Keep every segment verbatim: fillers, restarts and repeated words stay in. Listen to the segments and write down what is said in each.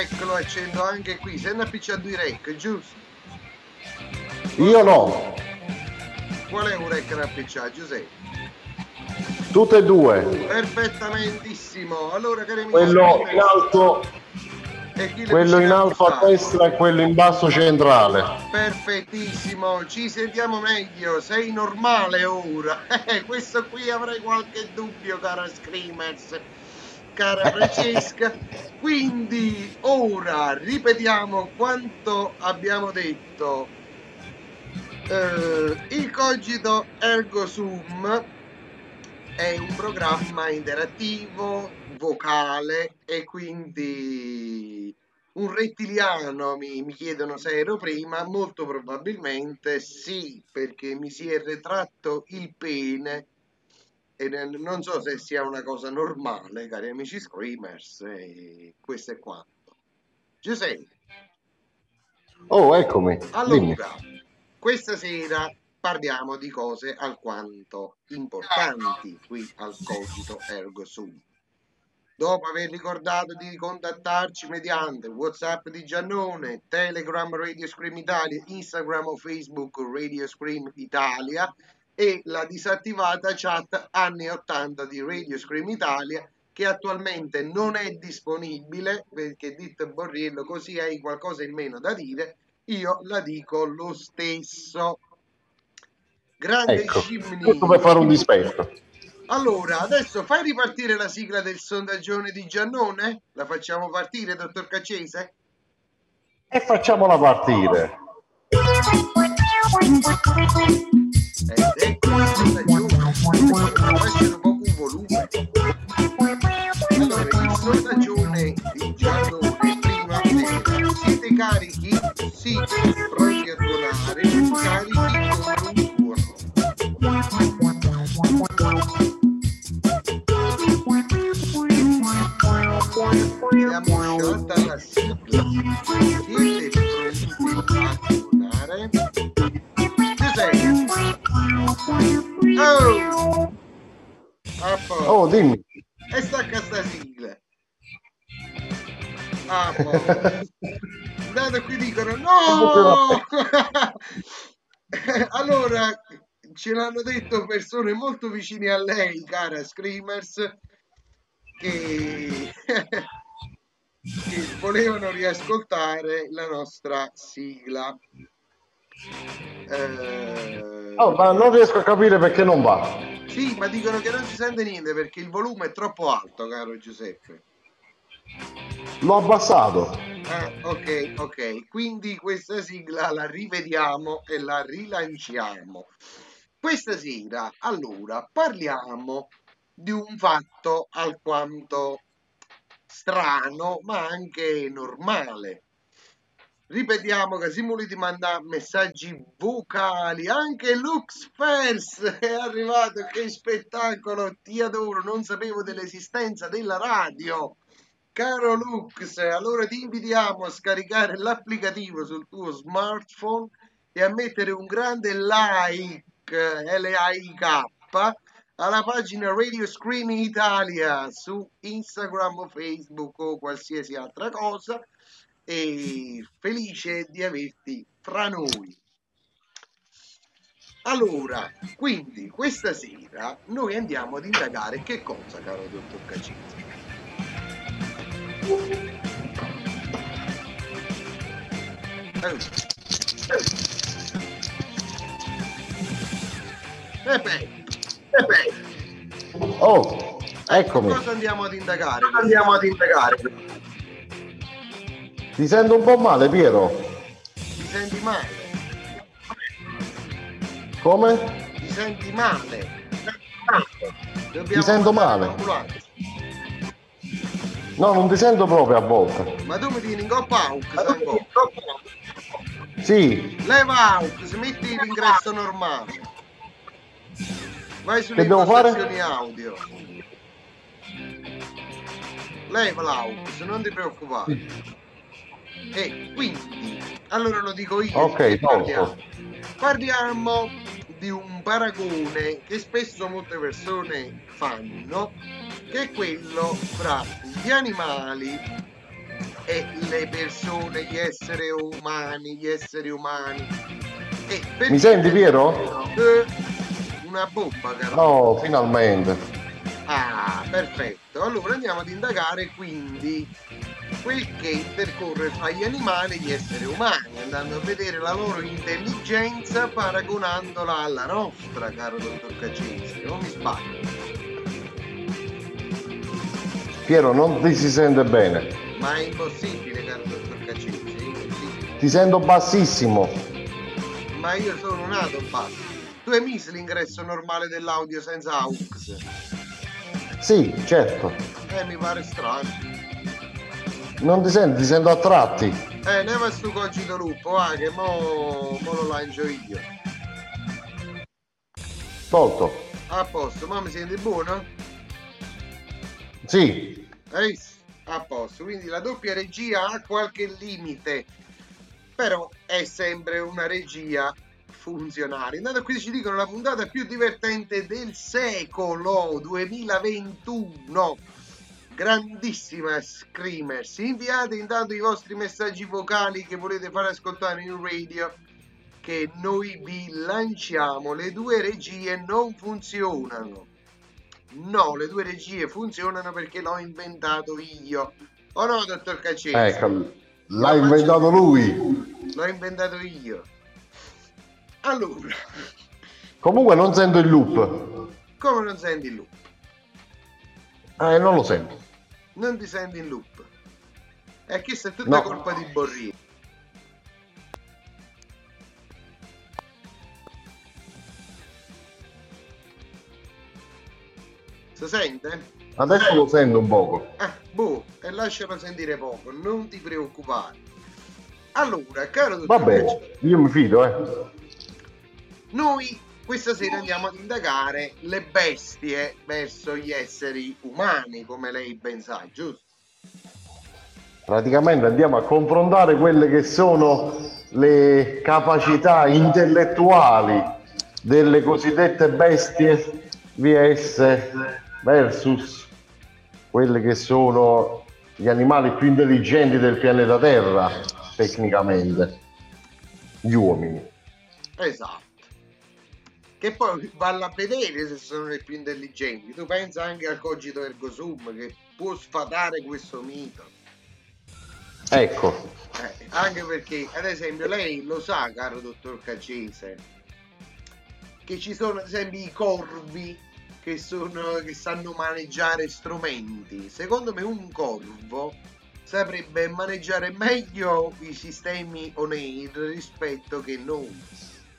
rec lo accendo anche qui, sei una piccia di rec, giusto? Io no. Qual è un rec da appicciare, Giuseppe? Tutte e due. Perfettamente. Allora, cari amici, quello in alto, quello in alto a destra e quello in basso centrale. Perfettissimo, ci sentiamo meglio. Sei normale ora? Questo qui avrei qualche dubbio, cara Screamers, cara Francesca. Quindi ora ripetiamo quanto abbiamo detto. Uh, il Cogito Ergo Sum è un programma interattivo, vocale e quindi un rettiliano, mi, mi chiedono se ero prima, molto probabilmente sì, perché mi si è retratto il pene e non so se sia una cosa normale, cari amici Screamers, e questo è quanto. Giuseppe. Oh, eccomi. Allora, Dimmi. questa sera parliamo di cose alquanto importanti qui al Cogito Ergo Sum. Dopo aver ricordato di contattarci mediante WhatsApp di Giannone, Telegram Radio Scream Italia, Instagram o Facebook Radio Scream Italia e la disattivata chat anni ottanta di Radio Scream Italia, che attualmente non è disponibile perché dite Borriello così hai qualcosa in meno da dire, io la dico lo stesso. Grande ecco, Scimni. tutto per fare un dispetto. Allora, adesso fai ripartire la sigla del sondaggione di Giannone? La facciamo partire, dottor Caccese? E facciamola partire. Ed ecco il sondaggione. Facciano poco volume. Allora, il sondaggione di Giannone, prima sera. Siete carichi? Sì, pronti a suonare, carichi con un Abbiamo scelta la sigla. Siete pronti a suonare? Giuseppe. Oh! Ah, oh, dimmi. E stacca sta sigla. Ah, poi. Dato qui dicono no! Allora, ce l'hanno detto persone molto vicine a lei, cara Screamers, che, che volevano riascoltare la nostra sigla. Eh... Oh, ma non riesco a capire perché non va. Sì, ma dicono che non si sente niente perché il volume è troppo alto, caro Giuseppe. L'ho abbassato. Ah, ok, ok. Quindi questa sigla la rivediamo e la rilanciamo. Questa sera, allora, parliamo di un fatto alquanto strano, ma anche normale. Ripetiamo che si volete mandare messaggi vocali, anche Lux First è arrivato, che spettacolo, ti adoro, non sapevo dell'esistenza della radio. Caro Lux, allora ti invitiamo a scaricare l'applicativo sul tuo smartphone e a mettere un grande like, L A I K, alla pagina Radio Scream Italia su Instagram o Facebook o qualsiasi altra cosa, e felice di averti fra noi. Allora, quindi questa sera noi andiamo ad indagare che cosa, caro dottor Caccese? Oh. Pepe, Pepe. Oh, eccomi. Ecco, cosa andiamo ad indagare? Andiamo ad indagare. Ti sento un po' male, Piero? Ti senti male? Come? Ti senti male? Dobbiamo ti sento male. No, non ti sento proprio a volte. Ma tu mi tieni in coppa Aux, Sì. Leva Aux, metti l'ingresso normale. Vai sulle che devo fare? Audio. Leva l'Aux, non ti preoccupare. Sì. E quindi, allora lo dico io. Ok, parliamo. parliamo di un paragone che spesso molte persone fanno, che è quello fra gli animali e le persone, gli esseri umani, gli esseri umani. E Mi senti, Piero? Eh, una bomba, caro. Oh, finalmente. Ah, perfetto. Allora andiamo ad indagare quindi quel che intercorre fra gli animali e gli esseri umani, andando a vedere la loro intelligenza paragonandola alla nostra, caro dottor Caccesi. Non mi sbaglio. Piero, non ti si sente bene. Ma è impossibile, caro dottor Caccesi, è impossibile. Ti sento bassissimo. Ma io sono nato basso. Tu hai messo l'ingresso normale dell'audio senza A U X? Sì, certo. Eh, mi pare strano. Non ti senti, ti sento a tratti. Eh, leva sto cogito lupo, ah, che mo, mo lo lancio io. Tolto. A posto, ma mi senti buono? Sì. Eh, a posto, quindi la doppia regia ha qualche limite, però è sempre una regia funzionale. Intanto qui ci dicono la puntata più divertente del secolo duemilaventuno. Grandissima Screamers. Inviate intanto i vostri messaggi vocali che volete fare ascoltare in radio, che noi vi lanciamo. Le due regie non funzionano. No, le due regie funzionano perché l'ho inventato io. O no, dottor Caccesi? Ecco, l'ha inventato lui. L'ho inventato io. Allora. Comunque non sento il loop. Come non senti il loop? Eh, non lo sento. Non ti senti in loop? E questa è tutta No. colpa di Borrini. Si sente? Adesso lo sento un poco. Ah, boh, e lascialo sentire poco, non ti preoccupare. Allora, caro dottor Vabbè, Caccesi, io mi fido, eh. noi questa sera andiamo ad indagare le bestie verso gli esseri umani, come lei ben sa, giusto? Praticamente andiamo a confrontare quelle che sono le capacità intellettuali delle cosiddette bestie vs versus quelle che sono gli animali più intelligenti del pianeta Terra, tecnicamente, gli uomini. Esatto. Che poi vanno a vedere se sono le più intelligenti. Tu pensa anche al cogito ergo sum che può sfatare questo mito. Ecco. Eh, anche perché, ad esempio, lei lo sa, caro dottor Caccese, che ci sono ad esempio i corvi che, sono, che sanno maneggiare strumenti. Secondo me un corvo saprebbe maneggiare meglio i sistemi on-air rispetto che noi.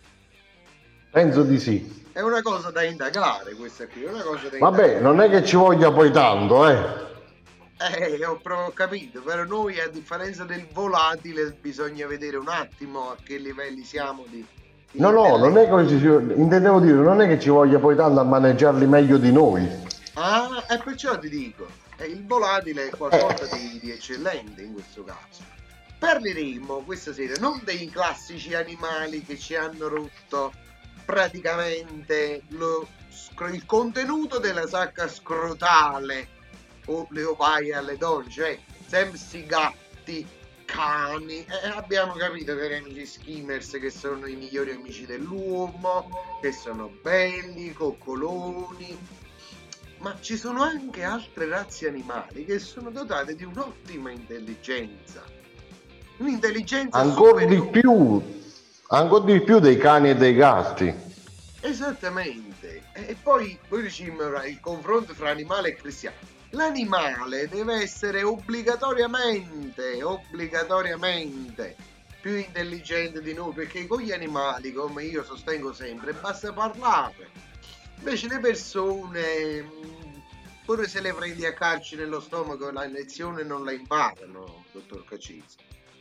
Penso di sì. È una cosa da indagare questa qui, è una cosa da Vabbè, indagare. non è che ci voglia poi tanto, eh. Eh, ho proprio capito, però noi a differenza del volatile bisogna vedere un attimo a che livelli siamo di... di No, no, non è così, intendevo dire, non è che ci voglia poi tanto a maneggiarli meglio di noi. Ah, e perciò ti dico, eh, il volatile è qualcosa di, di eccellente in questo caso. Parleremo questa sera non dei classici animali che ci hanno rotto praticamente lo, il contenuto della sacca scrotale o le ovaie alle donne, cioè sempre sti gatti, cani, eh, abbiamo capito che erano gli skimmers che sono i migliori amici dell'uomo, che sono belli, coccoloni, ma ci sono anche altre razze animali che sono dotate di un'ottima intelligenza, un'intelligenza ancora di superiore. più, ancora di più dei cani e dei gatti. Esattamente, e poi poi diciamo il confronto tra animale e cristiano. L'animale deve essere obbligatoriamente, obbligatoriamente più intelligente di noi, perché con gli animali, come io sostengo sempre, basta parlare. Invece le persone, pure se le prendi a calci nello stomaco, la lezione non la imparano, dottor Caccesi.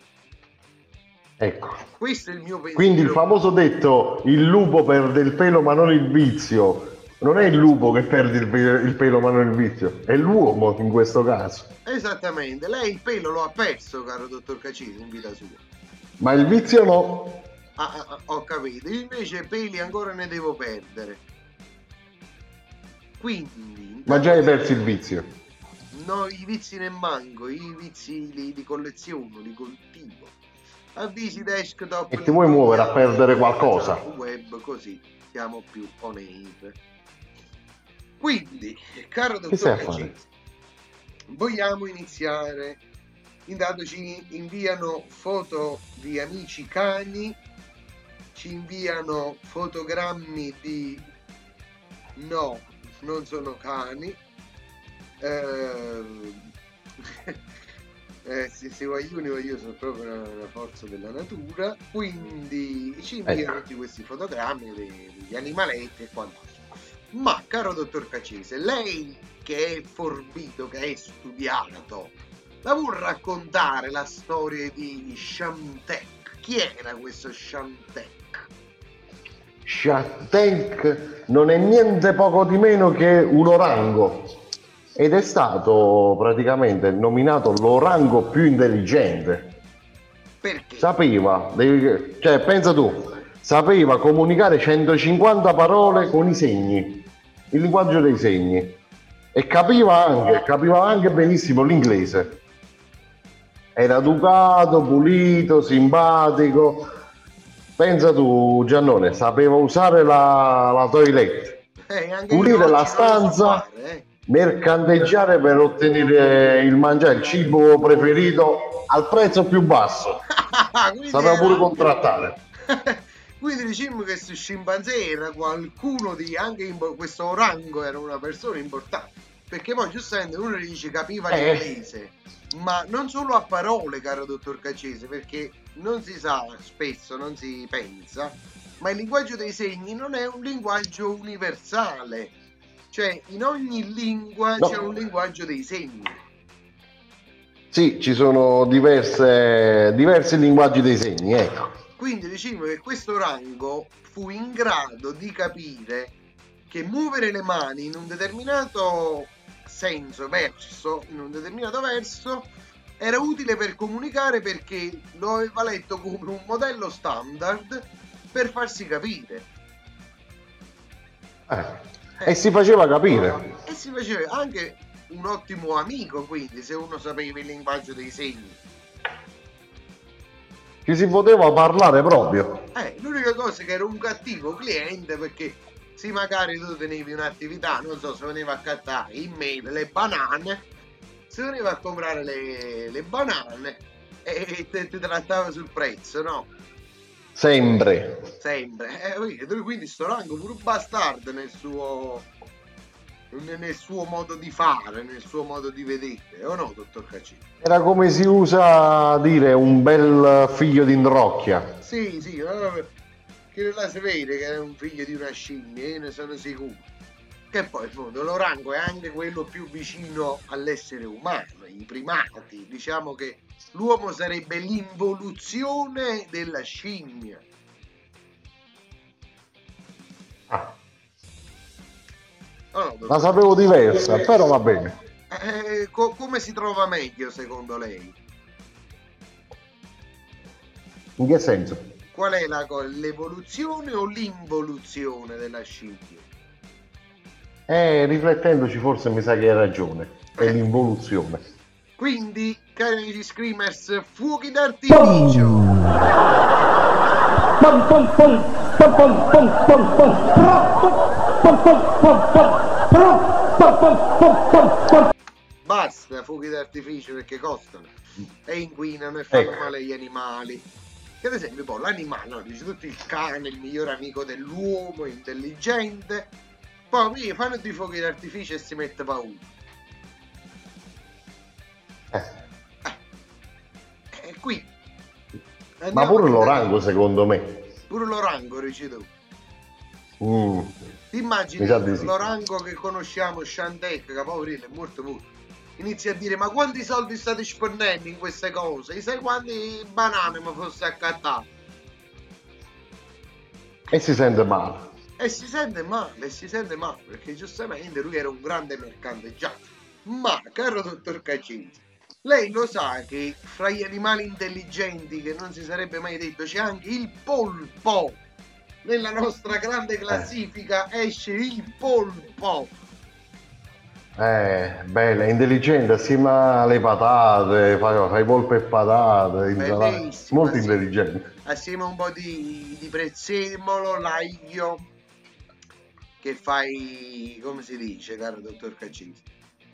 Ecco. Questo è il mio pensiero. Quindi il famoso detto, il lupo perde il pelo ma non il vizio, non è il lupo che perde il pelo, il pelo ma non il vizio, è l'uomo in questo caso. Esattamente, lei il pelo lo ha perso, caro dottor Caccesi, in vita sua. Ma il vizio no. Ah, ah, ho capito, invece peli ancora ne devo perdere. Quindi... Ma già hai perso il vizio. No, i vizi ne manco, i vizi li, li colleziono, li coltivo. Avvisi desktop. E ti vuoi muovere a perdere qualcosa? Web, così siamo più on air. Quindi, caro Che stai dottor a fare? Cacese, vogliamo iniziare. Intanto ci inviano foto di amici cani, ci inviano fotogrammi di... no, non sono cani. Eh, eh, se, se voglio, io sono proprio una, una forza della natura, quindi ci inviano Ecco. tutti questi fotogrammi dei- degli animaletti e quant'altro. Ma, caro dottor Cacese, lei che è forbito, che è studiato, la vuol raccontare la storia di Shantek? Chi era questo Shantek? Shark Tank non è niente poco di meno che un orango ed è stato praticamente nominato l'orango più intelligente. Perché? Sapeva, devi- cioè pensa tu, sapeva comunicare centocinquanta parole con i segni, il linguaggio dei segni, e capiva anche, capiva anche benissimo l'inglese. Era educato, pulito, simpatico. Pensa tu, Giannone, sapeva usare la, la toilette, Eh, anche pulire io la oggi non lo so stanza, fare, eh. mercanteggiare per ottenere il mangiare, il cibo preferito al prezzo più basso. Quindi Sapeva pure era- contrattare. Quindi diciamo che questo scimpanzé era qualcuno di anche impo- questo orango era una persona importante, perché poi giustamente uno gli dice capiva Eh. l'inglese, ma non solo a parole, caro dottor Cacese, perché non si sa spesso, non si pensa, ma il linguaggio dei segni non è un linguaggio universale, cioè in ogni lingua No. c'è un linguaggio dei segni. Sì, ci sono diverse, diversi linguaggi dei segni, ecco. Quindi diciamo che questo orango fu in grado di capire che muovere le mani in un determinato senso, verso, in un determinato verso, era utile per comunicare, perché lo aveva letto come un modello standard per farsi capire. Eh. E si faceva capire. E si faceva anche un ottimo amico, quindi, se uno sapeva il linguaggio dei segni. Ci si poteva parlare proprio. Eh, l'unica cosa è che era un cattivo cliente, perché se magari tu tenevi un'attività, non so, se veniva a cattare in mail le banane, se veniva a comprare le, le banane e te, ti trattava sul prezzo, no? Sempre. Sempre. Eh, quindi- quindi sto rango pure un bastardo nel suo, nel suo modo di fare, nel suo modo di vedere, o no, dottor Cacino? Era come si usa dire un bel figlio di Indrocchia. Sì, sì, eh, che non la si vede che è un figlio di una scimmia, io ne sono sicuro. Che poi in fondo l'orango è anche quello più vicino all'essere umano, i primati. Diciamo che l'uomo sarebbe l'involuzione della scimmia. Ah, Oh, no, la dottor- sapevo diversa, però va bene. Eh, co- come si trova meglio secondo lei? In che senso? Qual è la co- l'evoluzione o l'involuzione della scimmia? Eh, riflettendoci forse mi sa che hai ragione. È Eh. l'involuzione. Quindi, cari amici screamers, fuochi d'artificio! Pum pum pum pum pum pum pum pum pum pum pum pum pum pum pum pum. Basta fuochi d'artificio, perché costano e inquinano e fanno Ecco. male agli animali. Che ad esempio poi l'animale, no, dice tutto il cane, il migliore amico dell'uomo, intelligente, poi mi fanno dei fuochi d'artificio e si mette paura. Eh. E qui Ma andiamo pure a vedere- l'orango secondo me. pure l'orango, dici tu. Mm. Ti immagini Mi sa di sì. l'orango che conosciamo, Shantek, che poverino è morto pure, inizia a dire: ma quanti soldi state spendendo in queste cose? E sai quanti banane mi fosse accattato? E si sente male. E si sente male, e si sente male, perché giustamente lui era un grande mercanteggiato. Ma, caro dottor Cacese, lei lo sa che fra gli animali intelligenti, che non si sarebbe mai detto, c'è anche il polpo. Nella nostra grande classifica esce il polpo. Eh, bella, intelligente, assieme alle patate, fai, fai polpe e patate, insalata. Bellissimo, Molto assieme, intelligente. assieme a un po' di, di prezzemolo, l'aglio, che fai, come si dice, caro dottor Caccisi?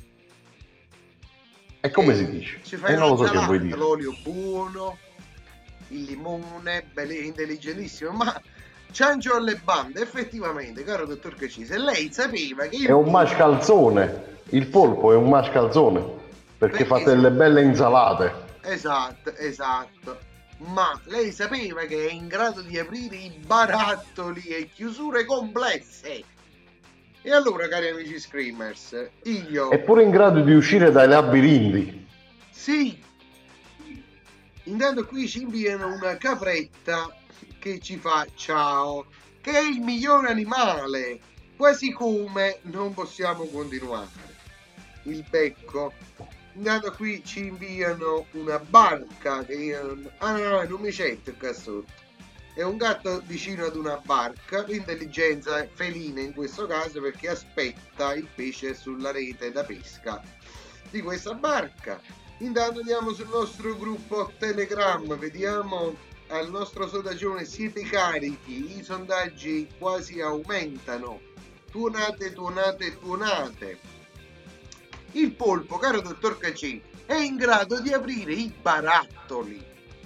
E come si E dice? ci E fai non lo so che vuoi un'insalata, dire. l'olio buono, il limone, bello, intelligentissimo, ma ciancio alle bande, effettivamente, caro dottor Caccisi, lei sapeva che È il un polpo, mascalzone. Il polpo è un mascalzone perché fa perché delle belle insalate. esatto, esatto. Ma lei sapeva che è in grado di aprire i barattoli e chiusure complesse. E allora, cari amici Screamers, io È pure in grado di uscire dai labirinti. sì, intanto qui ci inviano una capretta che ci fa ciao, che è il migliore animale, quasi come non possiamo continuare. Il becco. Intanto qui ci inviano una barca che io... Ah no, no, non mi c'entra qua sotto. È un gatto vicino ad una barca, l'intelligenza è felina in questo caso perché aspetta il pesce sulla rete da pesca di questa barca. Intanto andiamo sul nostro gruppo Telegram, vediamo al nostro sondaggio, siete carichi, i sondaggi quasi aumentano, tuonate, tuonate, tuonate. Il polpo, caro dottor Caccini, è in grado di aprire i barattoli.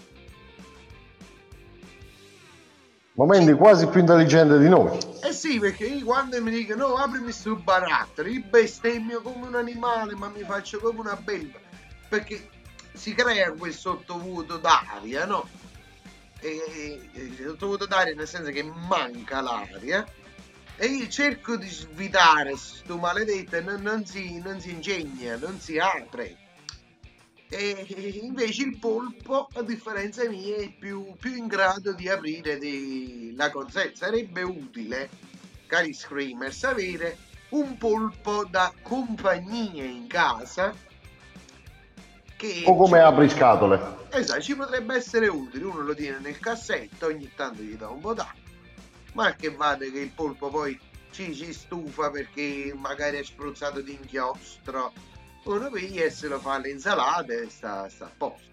Momenti quasi più intelligente di noi. Eh sì, perché io quando mi dicono no, aprimi sto barattolo, io bestemmio come un animale, ma mi faccio come una belva, perché si crea quel sottovuoto d'aria, no? E, e, sottovuoto d'aria nel senso che manca l'aria, e io cerco di svitare sto maledetto e non, non, si, non si ingegna, non si apre. E invece il polpo, a differenza mia, è più, più in grado di aprire di, la consegna. Sarebbe utile, cari Screamers, avere un polpo da compagnia in casa che O come ci, apri scatole. esatto, ci potrebbe essere utile. Uno lo tiene nel cassetto, ogni tanto gli dà un po' d'acqua, ma che vale che il polpo poi ci, ci stufa perché magari è spruzzato di inchiostro, uno piglia e se lo fa alle insalate e sta, sta a posto.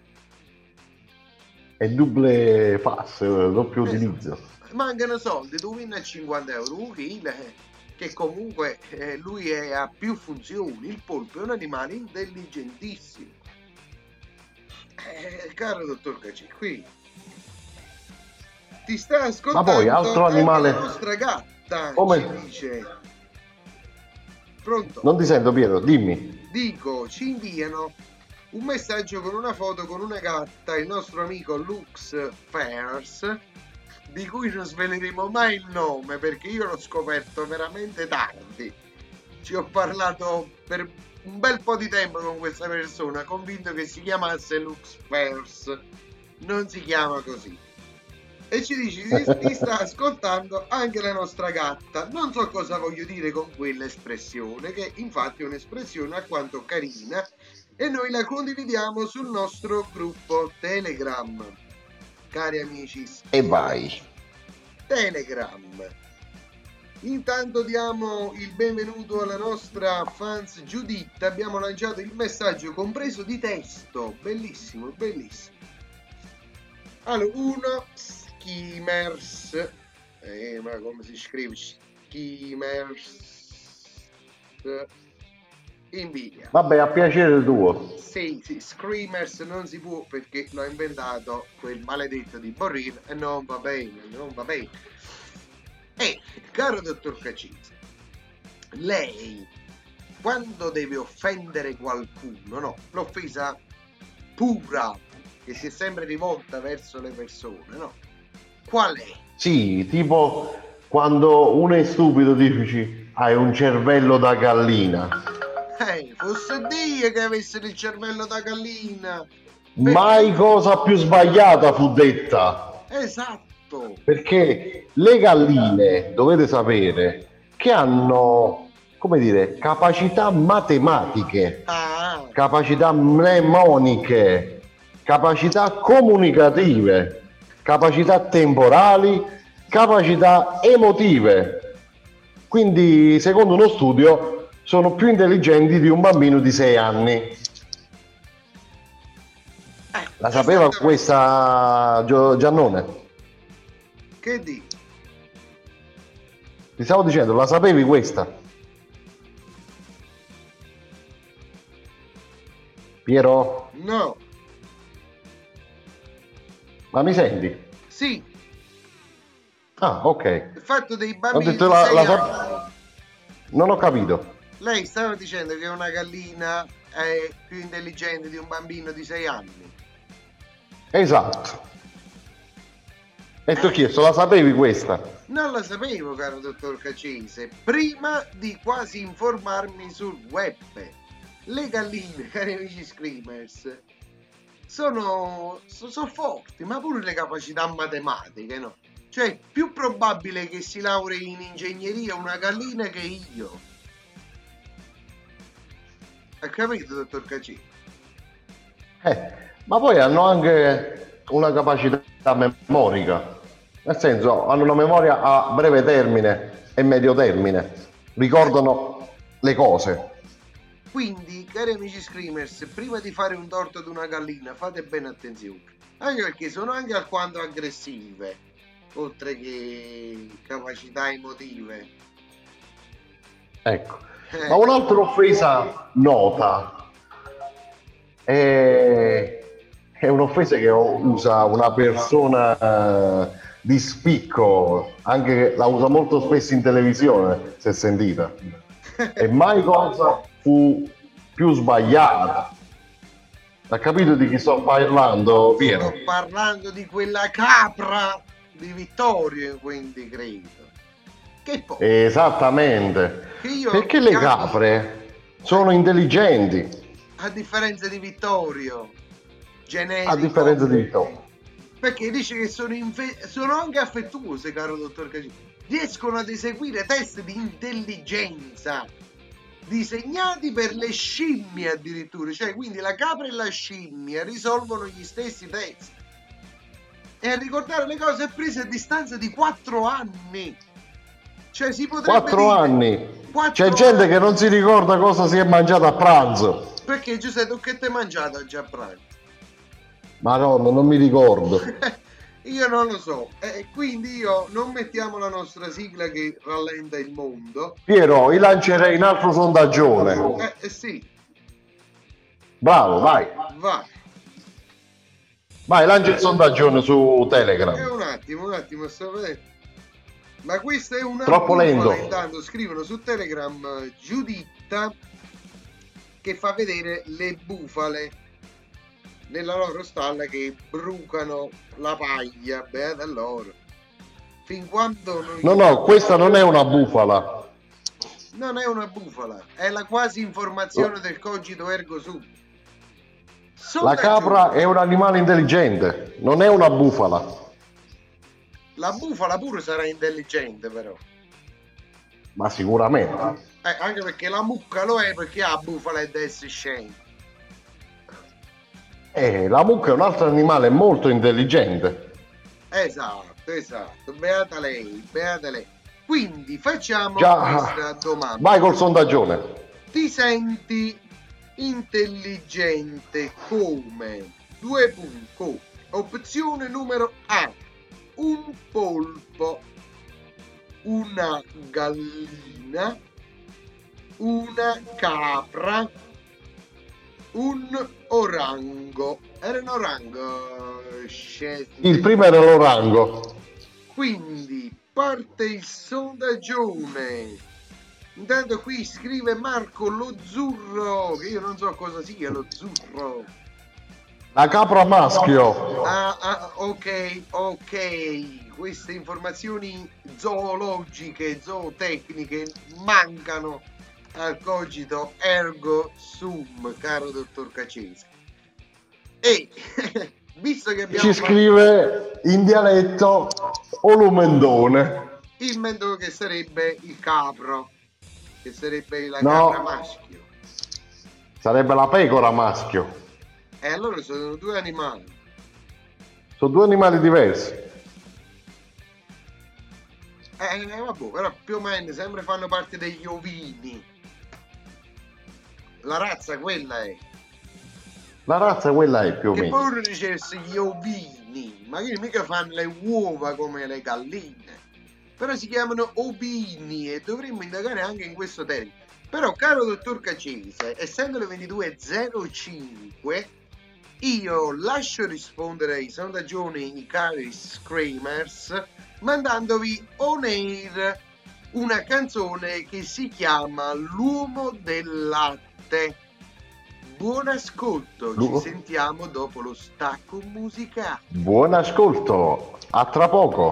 È double pass, doppio Esatto. utilizzo. Mancano soldi, tu vinni a cinquanta euro un chilo, che comunque eh, lui è, ha più funzioni. Il polpo è un animale intelligentissimo. Eh, caro dottor Caccini, qui ti sta ascoltando. Ma poi altro anche animale. la nostra gatta Come? ci dice. Pronto? Non ti sento, Piero, dimmi. Dico, ci inviano un messaggio con una foto con una gatta, il nostro amico Lux Fairs, di cui non sveleremo mai il nome perché io l'ho scoperto veramente tardi. Ci ho parlato per un bel po' di tempo con questa persona, convinto che si chiamasse Lux Fairs. Non si chiama così. E ci dice ti sta ascoltando anche la nostra gatta. Non so cosa voglio dire con quell'espressione, che infatti è un'espressione alquanto carina, e noi la condividiamo sul nostro gruppo Telegram, cari amici. E vai. Telegram. Intanto diamo il benvenuto alla nostra fans Giuditta. Abbiamo lanciato il messaggio compreso di testo, bellissimo, bellissimo. Allora, uno Schemers, eh, ma come si scrive? Schemers invidia. Vabbè, a piacere tuo. Sì, sì, Screamers non si può perché l'ho inventato quel maledetto di Borril e non va bene, non va bene. E, caro dottor Caccini, lei quando deve offendere qualcuno, no, l'offesa pura che si è sempre rivolta verso le persone, no? Qual è? Sì, tipo quando uno è stupido dici hai un cervello da gallina. Eh, fosse Dio che avesse il cervello da gallina. Mai cosa più sbagliata fu detta. Esatto. Perché le galline, dovete sapere, che hanno, come dire, capacità matematiche, Ah, capacità mnemoniche, capacità comunicative, capacità temporali, capacità emotive. Quindi, secondo uno studio, sono più intelligenti di un bambino di sei anni. Eh, La sapeva esattamente. questa Gio- Giannone? Che di? Ti stavo dicendo, la sapevi questa? Piero, No. ma mi senti? Sì, Ah, ok. il fatto dei Ho bambini detto di la, sei la anni. sap- Non ho capito. Lei stava dicendo che una gallina è più intelligente di un bambino di sei anni. Esatto. E ti ho chiesto, la sapevi questa? Non la sapevo, caro dottor Cacese, prima di quasi informarmi sul web. Le galline, cari amici screamers, sono, so- sono forti, ma pure le capacità matematiche, no? Cioè, è più probabile che si laurei in ingegneria una gallina che io. Ha capito, dottor Cacese? Eh, ma poi hanno anche una capacità memorica. Nel senso, hanno una memoria a breve termine e medio termine. Ricordano le cose. Quindi, cari amici screamers, prima di fare un torto ad una gallina, fate bene attenzione. Anche perché sono anche alquanto aggressive, oltre che capacità emotive. Ecco. Eh, Ma un'altra offesa nota è, è un'offesa che usa una persona eh, di spicco, anche la usa molto spesso in televisione, si è sentita. E mai cosa fu più sbagliata. Ha capito di chi sto parlando, Piero? sto parlando di quella capra di Vittorio, quindi credo. Che poi, Esattamente. che io Perché le capi- capre sono intelligenti, a differenza di Vittorio, genetico, a differenza di Vittorio. perché dice che sono, infe- sono anche affettuose, caro dottor Cacini. Riescono ad eseguire test di intelligenza disegnati per le scimmie addirittura, cioè quindi la capra e la scimmia risolvono gli stessi test e a ricordare le cose è prese a distanza di quattro anni, cioè si potrebbe Quattro dire anni. quattro C'è gente anni. che non si ricorda cosa si è mangiato a pranzo. Perché Giuseppe, tu che ti hai mangiato già a pranzo? Madonna, non mi ricordo. Io non lo so, e quindi io non mettiamo la nostra sigla che rallenta il mondo. Piero, io lancerei un altro sondaggione. Eh, eh sì, Bravo, vai. vai. Vai, lancia il sondaggione su E Telegram. un attimo, un attimo, sto vedendo. Ma questa è una Troppo bufala, lento. intanto scrivono su Telegram eh, Giuditta che fa vedere le bufale nella loro stalla che brucano la paglia, beata loro. Fin quando non... No, no, questa non è una bufala. Non è una bufala, è la quasi informazione del cogito ergo sum. La capra è un animale intelligente, non è una bufala. La bufala pure sarà intelligente però. Ma sicuramente. Eh, anche perché la mucca lo è, perché la bufala è da essere scema. Eh, la mucca è un altro animale molto intelligente. Esatto, esatto. Beata lei, beata lei. Quindi facciamo Già. questa domanda. Vai col sondaggione. Ti senti intelligente come? Due punti. Opzione numero A. Un polpo, una gallina, una capra, un orango. Era un orango. scelti. Il primo era l'orango. Quindi parte il sondaggione. Intanto qui scrive Marco lo zurro, che io non so cosa sia lo zurro. La capra maschio. Ah, ah, ok, ok. Queste informazioni zoologiche, zootecniche mancano al cogito ergo sum, caro dottor Cacese. E visto che abbiamo Ci scrive in dialetto olumendone. il mendo che sarebbe il capro, che sarebbe la No. capra maschio. Sarebbe la pecora maschio. E allora sono due animali. Sono due animali diversi. Eh, vabbè, però più o meno sempre fanno parte degli ovini. la razza quella è. La razza quella è più o Che meno. poi uno dicesse gli ovini, ma che mica fanno le uova come le galline, però si chiamano ovini e dovremmo indagare anche in questo termine. Però, caro dottor Cacese, essendo le ventidue e zero cinque, io lascio rispondere ai sondaggioni i cari Screamers mandandovi on air una canzone che si chiama L'uomo del latte. Buon ascolto, Lu- ci sentiamo dopo lo stacco musicale. Buon ascolto, a tra poco.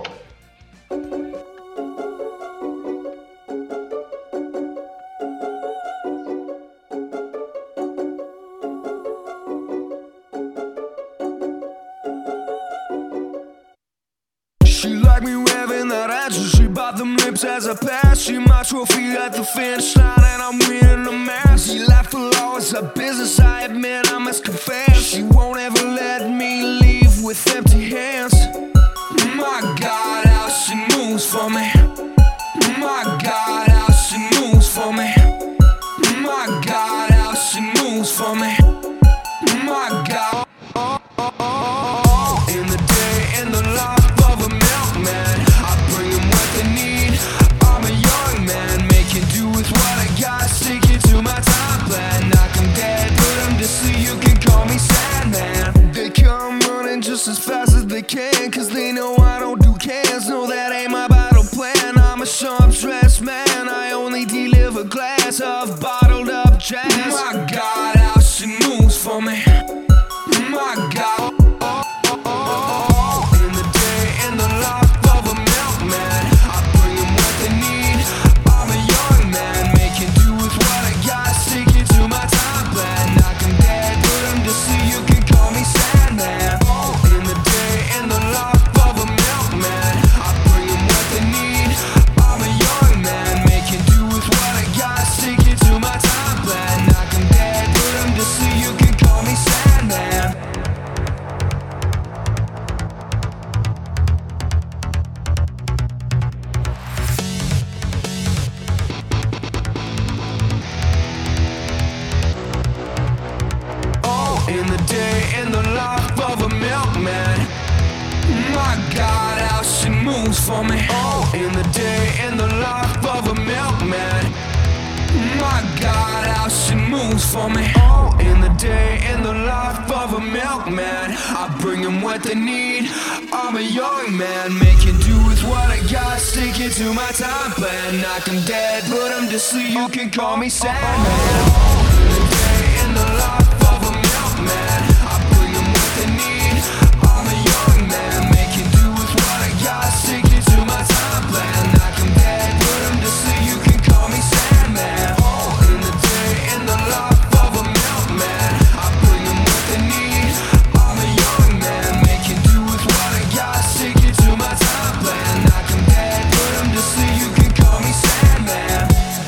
She like me waving that ass, so she bought them lips as I pass. She my trophy at the finish line, and I'm winning the match. She life will always a business, I admit, I must confess. She won't ever let me leave with empty hands. My God, how she moves for me. My God, how she moves for me. My God, how she moves for me. My God. In the day, in the life of a milkman, I bring them what they need. I'm a young man, making do with what I got. Sticking to my time plan. Knock 'em dead, put 'em to sleep. You can call me Sandman. They come running just as fast as they can, cause they know I don't do cans. No, that ain't my battle plan. I'm a sharp dressed man. I only deliver glass of bottled up jazz. My God, how she moves for me. My God. In the day, in the life of a milkman, I bring them what they need. I'm a young man, making do with what I got. Sticking to my time plan. Knock 'em dead, put 'em to sleep. You can call me Sandman. In the day, in the life of a milkman, I bring them what they need. I'm a young man, making do with what I got. Sticking to my time plan. Knock 'em dead, put 'em to sleep. You can call me Sandman. Oh, in the day, in the life of a milkman. My God, how she moves for me. Oh, in the day, in the life of a milkman. My God, how she moves for me. Oh, in the day, in the life of a milkman. I bring them what they need. I'm a young man, making do with what I got. Sticking to my time plan. Knock 'em dead, put 'em to sleep. You can call me Sandman. Oh, in the day, in the life of a milkman. I bring them what they need. I'm a young man, making do with what I got. Sticking to my time plan. Knock 'em dead, put 'em to sleep. You can call me Sandman. Oh, in the day, in the life of a milkman. I bring them what they need. I'm a young man, making do with what I got. Sticking to my time plan. Knock 'em dead, put 'em to sleep. You can call me Sandman.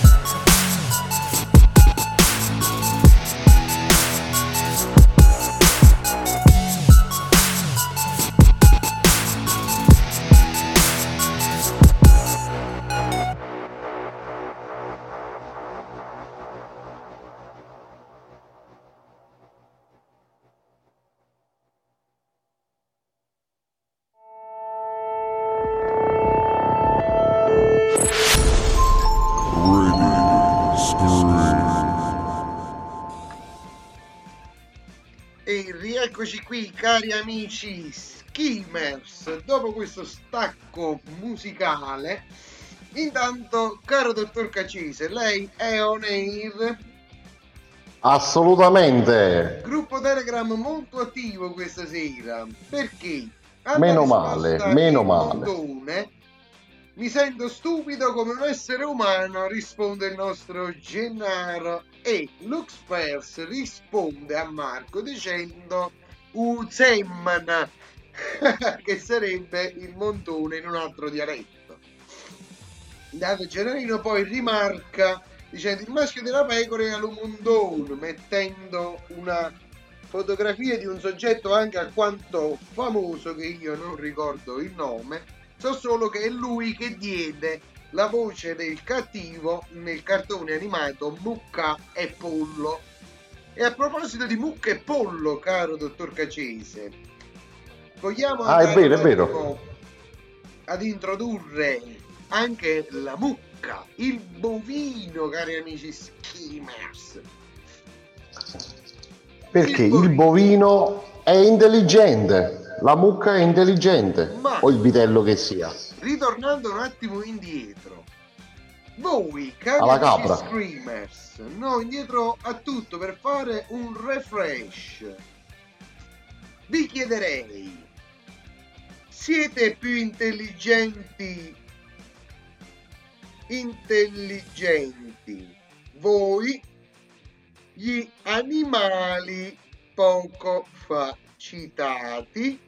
E rieccoci qui, cari amici Schemers, dopo questo stacco musicale. Intanto, caro dottor Cacese, lei è on air, Assolutamente. gruppo Telegram molto attivo questa sera, perché alla Meno risposta male, meno di male. Montone, mi sento stupido come un essere umano, risponde il nostro Gennaro, e Luxpers risponde a Marco dicendo Uzemman, che sarebbe il Montone in un altro dialetto. Dato Gennarino poi rimarca dicendo il maschio della pecora è all'Umondone, mettendo una fotografia di un soggetto anche alquanto famoso che io non ricordo il nome. So solo che è lui che diede la voce del cattivo nel cartone animato Mucca e Pollo. E a proposito di Mucca e Pollo, caro dottor Cacese, vogliamo Ah, è andare vero, è un vero. attimo ad introdurre anche la mucca, il bovino, cari amici skimmers. Perché Il il bovino è intelligente, la mucca è intelligente, Ma- o il vitello che sia. Ritornando un attimo indietro, voi, cari Alla amici capra. screamers, no, indietro a tutto per fare un refresh, vi chiederei: siete più intelligenti intelligenti voi, gli animali poco fa citati?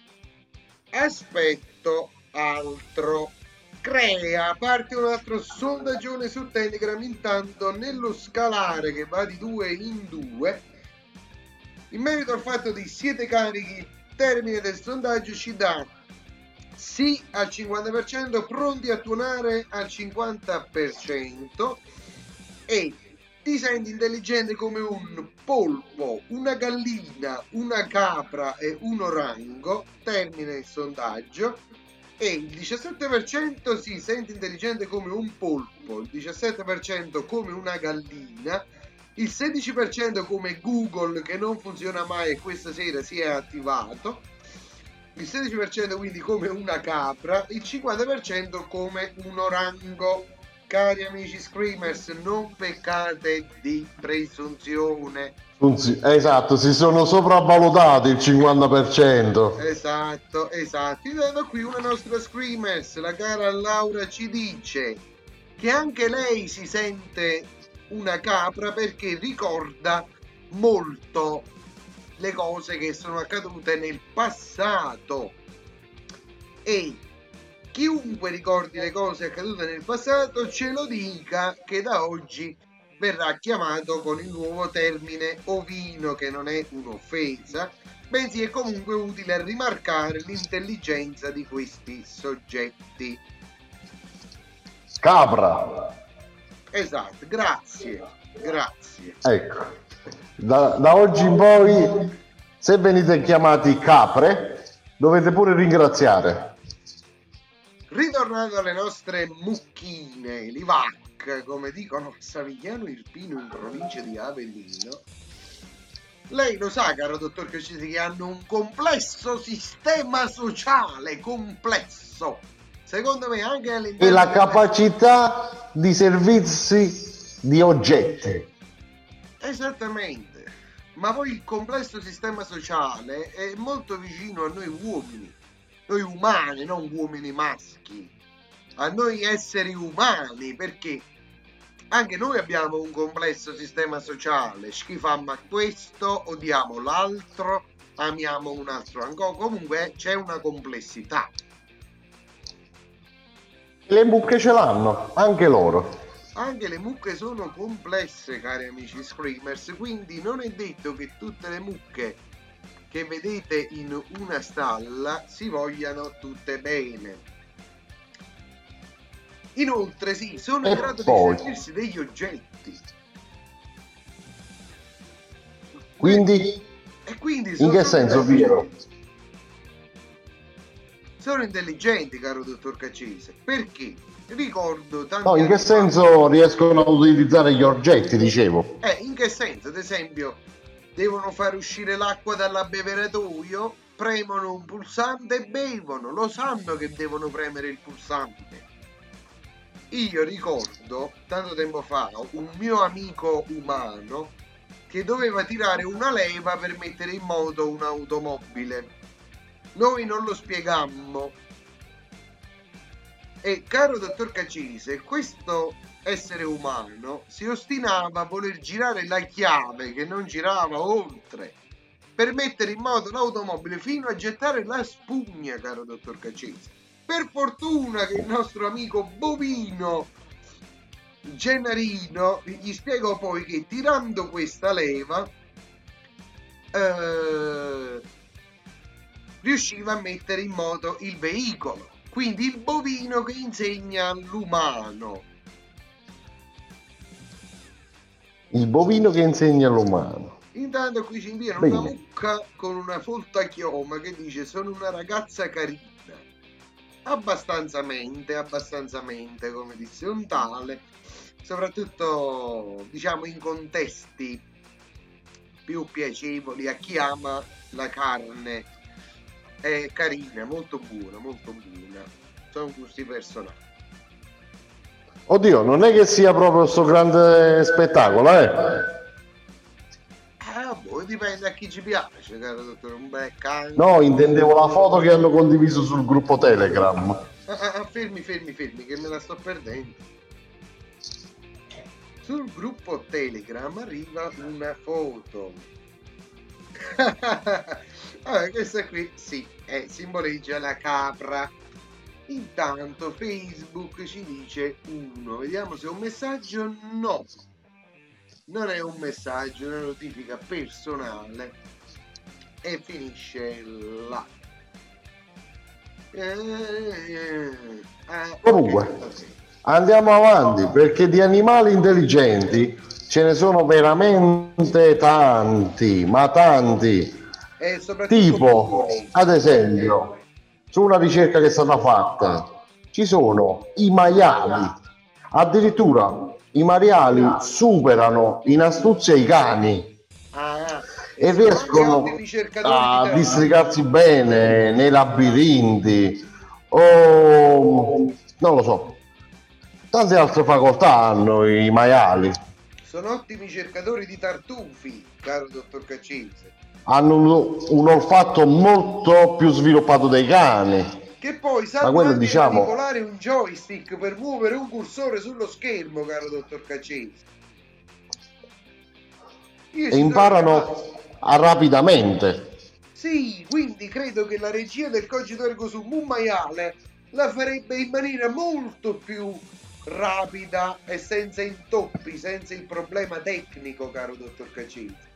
Aspetto altro. Crea, parte un altro sondaggione su Telegram, intanto nello scalare che va di due in due, in merito al fatto di siete carichi, il termine del sondaggio ci dà sì al cinquanta per cento, pronti a tuonare al cinquanta per cento, e ti senti intelligente come un polpo, una gallina, una capra e un orango, termine il sondaggio, e il diciassette per cento si sente intelligente come un polpo, il diciassette per cento come una gallina, il sedici per cento come Google che non funziona mai e questa sera si è attivato, il sedici per cento quindi come una capra, il cinquanta per cento come un orango. Cari amici screamers, non peccate di presunzione. Funzi- Esatto, si sono sopravvalutati il cinquanta per cento. Esatto, esatto. Intanto qui una nostra screamers, la cara Laura, ci dice che anche lei si sente una capra perché ricorda molto le cose che sono accadute nel passato, e chiunque ricordi le cose accadute nel passato ce lo dica, che da oggi verrà chiamato con il nuovo termine ovino, che non è un'offesa, bensì è comunque utile a rimarcare l'intelligenza di questi soggetti. Capra. Esatto, grazie, grazie. Ecco, da, da oggi in poi, se venite chiamati capre, dovete pure ringraziare. Ritornando alle nostre mucchine, li vac, come dicono a Savigliano Irpino in provincia di Avellino, lei lo sa, caro dottor Cacese, che hanno un complesso sistema sociale, complesso. Secondo me anche all'interno E la delle- capacità di servirsi di oggetti. Esattamente, ma poi il complesso sistema sociale è molto vicino a noi uomini, noi umani, non uomini maschi, a noi esseri umani, perché anche noi abbiamo un complesso sistema sociale, schifammo a questo, odiamo l'altro, amiamo un altro ancora, comunque c'è una complessità. Le mucche ce l'hanno, anche loro. Anche le mucche sono complesse, cari amici screamers, quindi non è detto che tutte le mucche che vedete in una stalla si vogliano tutte bene. Inoltre sì, sono in E grado poi? di servirsi degli oggetti. Quindi, E quindi in sono che senso, Piero? Sono intelligenti, caro dottor Cacese, perché ricordo tanti No, in che anni fa- senso riescono a utilizzare gli oggetti, dicevo. Eh, in che senso? Ad esempio, devono far uscire l'acqua dall'abbeveratoio, premono un pulsante e bevono, lo sanno che devono premere il pulsante. Io ricordo, tanto tempo fa, un mio amico umano che doveva tirare una leva per mettere in moto un'automobile. Noi non lo spiegammo. E caro dottor Cacese, questo essere umano si ostinava a voler girare la chiave che non girava oltre per mettere in moto l'automobile fino a gettare la spugna, caro dottor Cacese. Per fortuna che il nostro amico bovino Gennarino gli spiegò poi che tirando questa leva eh, riusciva a mettere in moto il veicolo. Quindi il bovino che insegna all'umano. Il bovino che insegna all'umano. Intanto qui ci inviano Bene. una mucca con una folta chioma che dice: sono una ragazza carina. Abbastanza mente, abbastanza mente, come disse un tale, soprattutto diciamo in contesti più piacevoli a chi ama la carne. È carina, molto buona, molto buona. Sono gusti personali. Oddio, non è che sia proprio sto grande spettacolo, eh? Ah, boh, dipende a chi ci piace, caro dottore. Un bel cane. No, intendevo la foto che hanno condiviso sul gruppo Telegram. Ah, ah, fermi, fermi, fermi, che me la sto perdendo. Sul gruppo Telegram arriva una foto. Allora, questa qui, sì, è, simboleggia la capra. Intanto Facebook ci dice uno. Vediamo se è un messaggio. No, non è un messaggio, è una notifica personale. E finisce là. Eh, ah, Comunque. ok, ok. Andiamo avanti, perché di animali intelligenti ce ne sono veramente tanti, ma tanti. E soprattutto Tipo, buoni. ad esempio, su una ricerca che è stata fatta, ci sono i maiali. Addirittura i maiali superano in astuzia i cani Ah, e sono riescono anche altri ricercatori a di terra. districarsi bene nei labirinti o non lo so, tante altre facoltà hanno i maiali. Sono ottimi cercatori di tartufi, caro dottor Caccese. Hanno un, un olfatto molto più sviluppato dei cani. Che poi Ma sanno quello, anche diciamo, manipolare un joystick per muovere un cursore sullo schermo, caro dottor Caccese. Io e ci imparano trovo- a rapidamente. Sì, quindi credo che la regia del cogito ergo sum un maiale la farebbe in maniera molto più rapida e senza intoppi, senza il problema tecnico, caro dottor Caccese.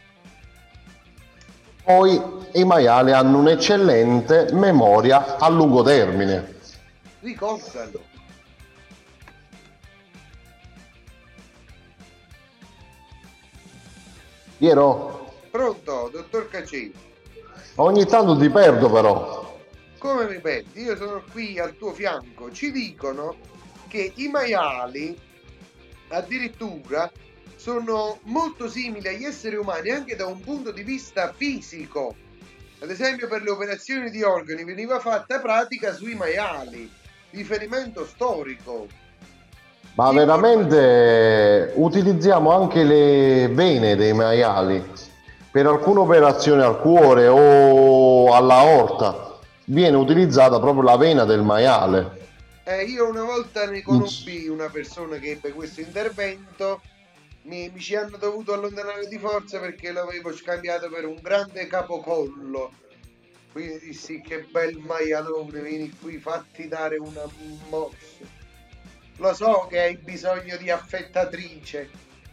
Poi i maiali hanno un'eccellente memoria a lungo termine. Ricordalo. Piero, Pronto, dottor Caccese? ogni tanto ti perdo però. Come mi perdi? Io sono qui al tuo fianco. Ci dicono che i maiali addirittura sono molto simili agli esseri umani anche da un punto di vista fisico. Ad esempio, per le operazioni di organi veniva fatta pratica sui maiali. Riferimento storico. Ma veramente utilizziamo anche le vene dei maiali per alcune operazioni al cuore o alla aorta. Viene utilizzata proprio la vena del maiale. Eh, io una volta ne conobbi una persona che ebbe questo intervento. Mi, mi ci hanno dovuto allontanare di forza perché l'avevo scambiato per un grande capocollo. Quindi dissi: che bel maialone, vieni qui, fatti dare una mossa. Lo so che hai bisogno di affettatrice.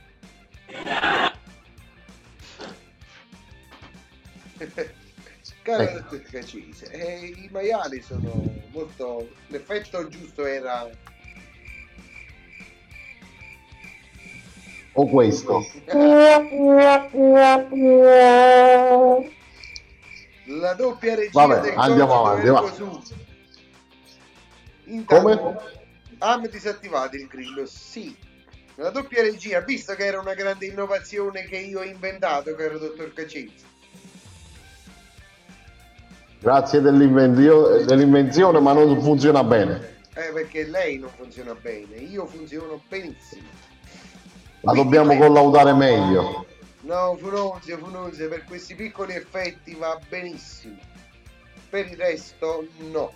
Caro Ecco. dottor Caccese, eh, i maiali sono molto... L'effetto giusto era... O questo. La doppia regia Vabbè, del andiamo cogito avanti, ergo va. sum. Intanto, Come? Am disattivato il grillo, sì. La doppia regia, visto che era una grande innovazione che io ho inventato, caro dottor Caccese. Grazie dell'inventio- dell'invenzione, ma non funziona bene. Eh, perché lei non funziona bene, io funziono benissimo. La Quindi dobbiamo questo- collaudare meglio. No, Funozio, Funozio, per questi piccoli effetti va benissimo. Per il resto, no.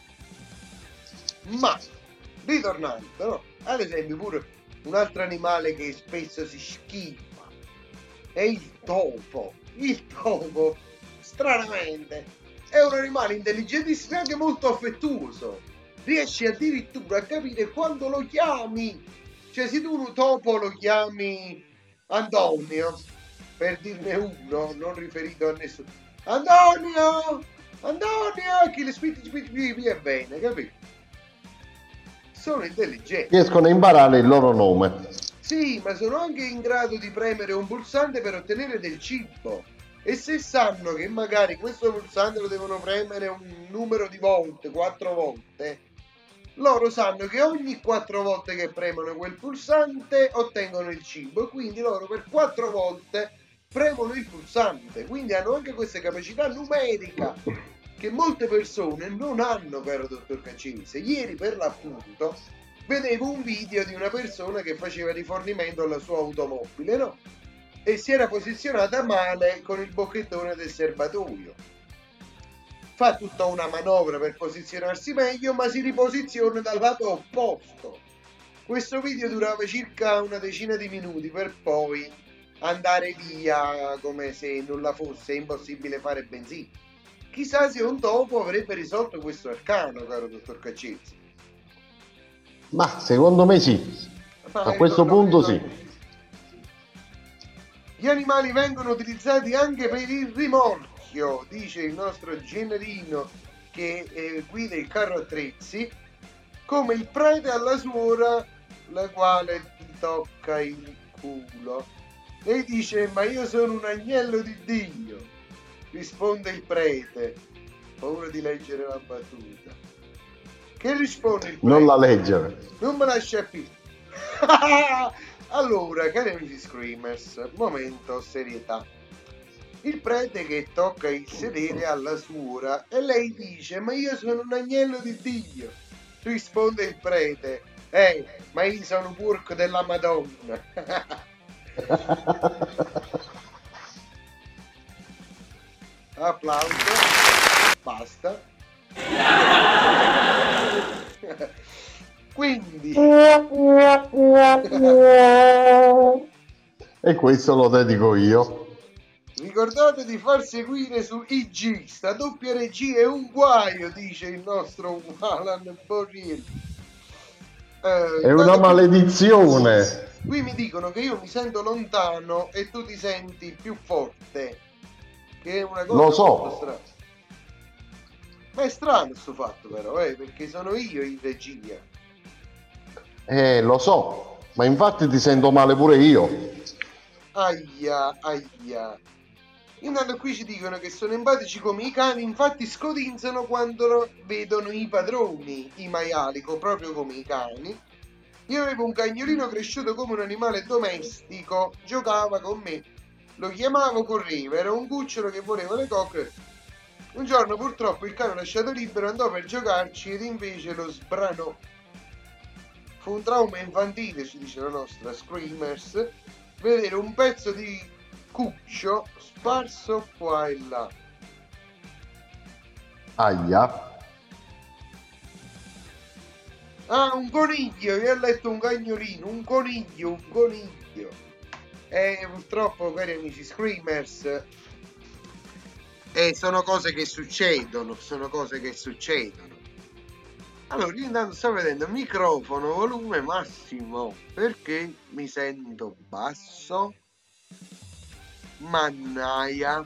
Ma, ritornando, no? Ad esempio, pure un altro animale che spesso si schifa è il topo. Il topo, stranamente, è un animale intelligentissimo e anche molto affettuoso. Riesci addirittura a capire quando lo chiami. Cioè, se tu un topo lo chiami Antonio, per dirne uno, non riferito a nessuno. Antonio! Antonio, chi le spiti spiti è bene, capito? Sono intelligenti. Riescono a imparare il loro nome. Sì, ma sono anche in grado di premere un pulsante per ottenere del cibo. E se sanno che magari questo pulsante lo devono premere un numero di volte, quattro volte, loro sanno che ogni quattro volte che premono quel pulsante ottengono il cibo. Quindi loro per quattro volte premono il pulsante. Quindi hanno anche questa capacità numerica che molte persone non hanno, caro dottor Caccese. Ieri per l'appunto vedevo un video di una persona che faceva rifornimento alla sua automobile, no? E si era posizionata male con il bocchettone del serbatoio. Fa tutta una manovra per posizionarsi meglio, ma si riposiziona dal lato opposto. Questo video durava circa una decina di minuti per poi andare via come se nulla fosse, impossibile fare benzina. Chissà se un topo avrebbe risolto questo arcano, caro dottor Caccese. Ma secondo me sì, Ma a questo punto sì. Gli animali vengono utilizzati anche per il rimorchio, dice il nostro Gennarino che eh, guida il carro attrezzi, come il prete alla suora, la quale ti tocca il culo. Lei dice: ma io sono un agnello di Dio. Risponde il prete. Paura di leggere la battuta. Che risponde il prete? Non la leggere. Non me lascia più. Allora, cari amici Screamers, momento serietà. Il prete che tocca il sedere alla suora e lei dice: ma io sono un agnello di Dio. Risponde il prete: eh, ma io sono un porco della Madonna. Applauso. Basta. Quindi e questo lo dedico io. Ricordate di far seguire su I G, sta doppia regia è un guaio, dice il nostro Alan Borrielli. Eh, È una maledizione. Qui mi dicono che io mi sento lontano e tu ti senti più forte, che è una cosa Lo so. molto strana. Ma è strano questo fatto però, eh, perché sono io in regia. Eh, lo so, ma infatti ti sento male pure io. Aia, aia. Intanto qui ci dicono che sono empatici come i cani, infatti scodinzano quando vedono i padroni, i maiali, proprio come i cani. Io avevo un cagnolino cresciuto come un animale domestico, giocava con me, lo chiamavo, correva, era un cucciolo che voleva le coccole. Un giorno purtroppo il cane lasciato libero andò per giocarci ed invece lo sbranò. Fu un trauma infantile, ci dice la nostra Screamers, vedere un pezzo di cuccio sparso qua e là. Aia. Ah, un coniglio, io ho letto un cagnolino, un coniglio, un coniglio. E purtroppo, cari amici Screamers, eh, sono cose che succedono, sono cose che succedono. Allora, io intanto sto vedendo microfono, volume massimo, perché mi sento basso. Mannaia.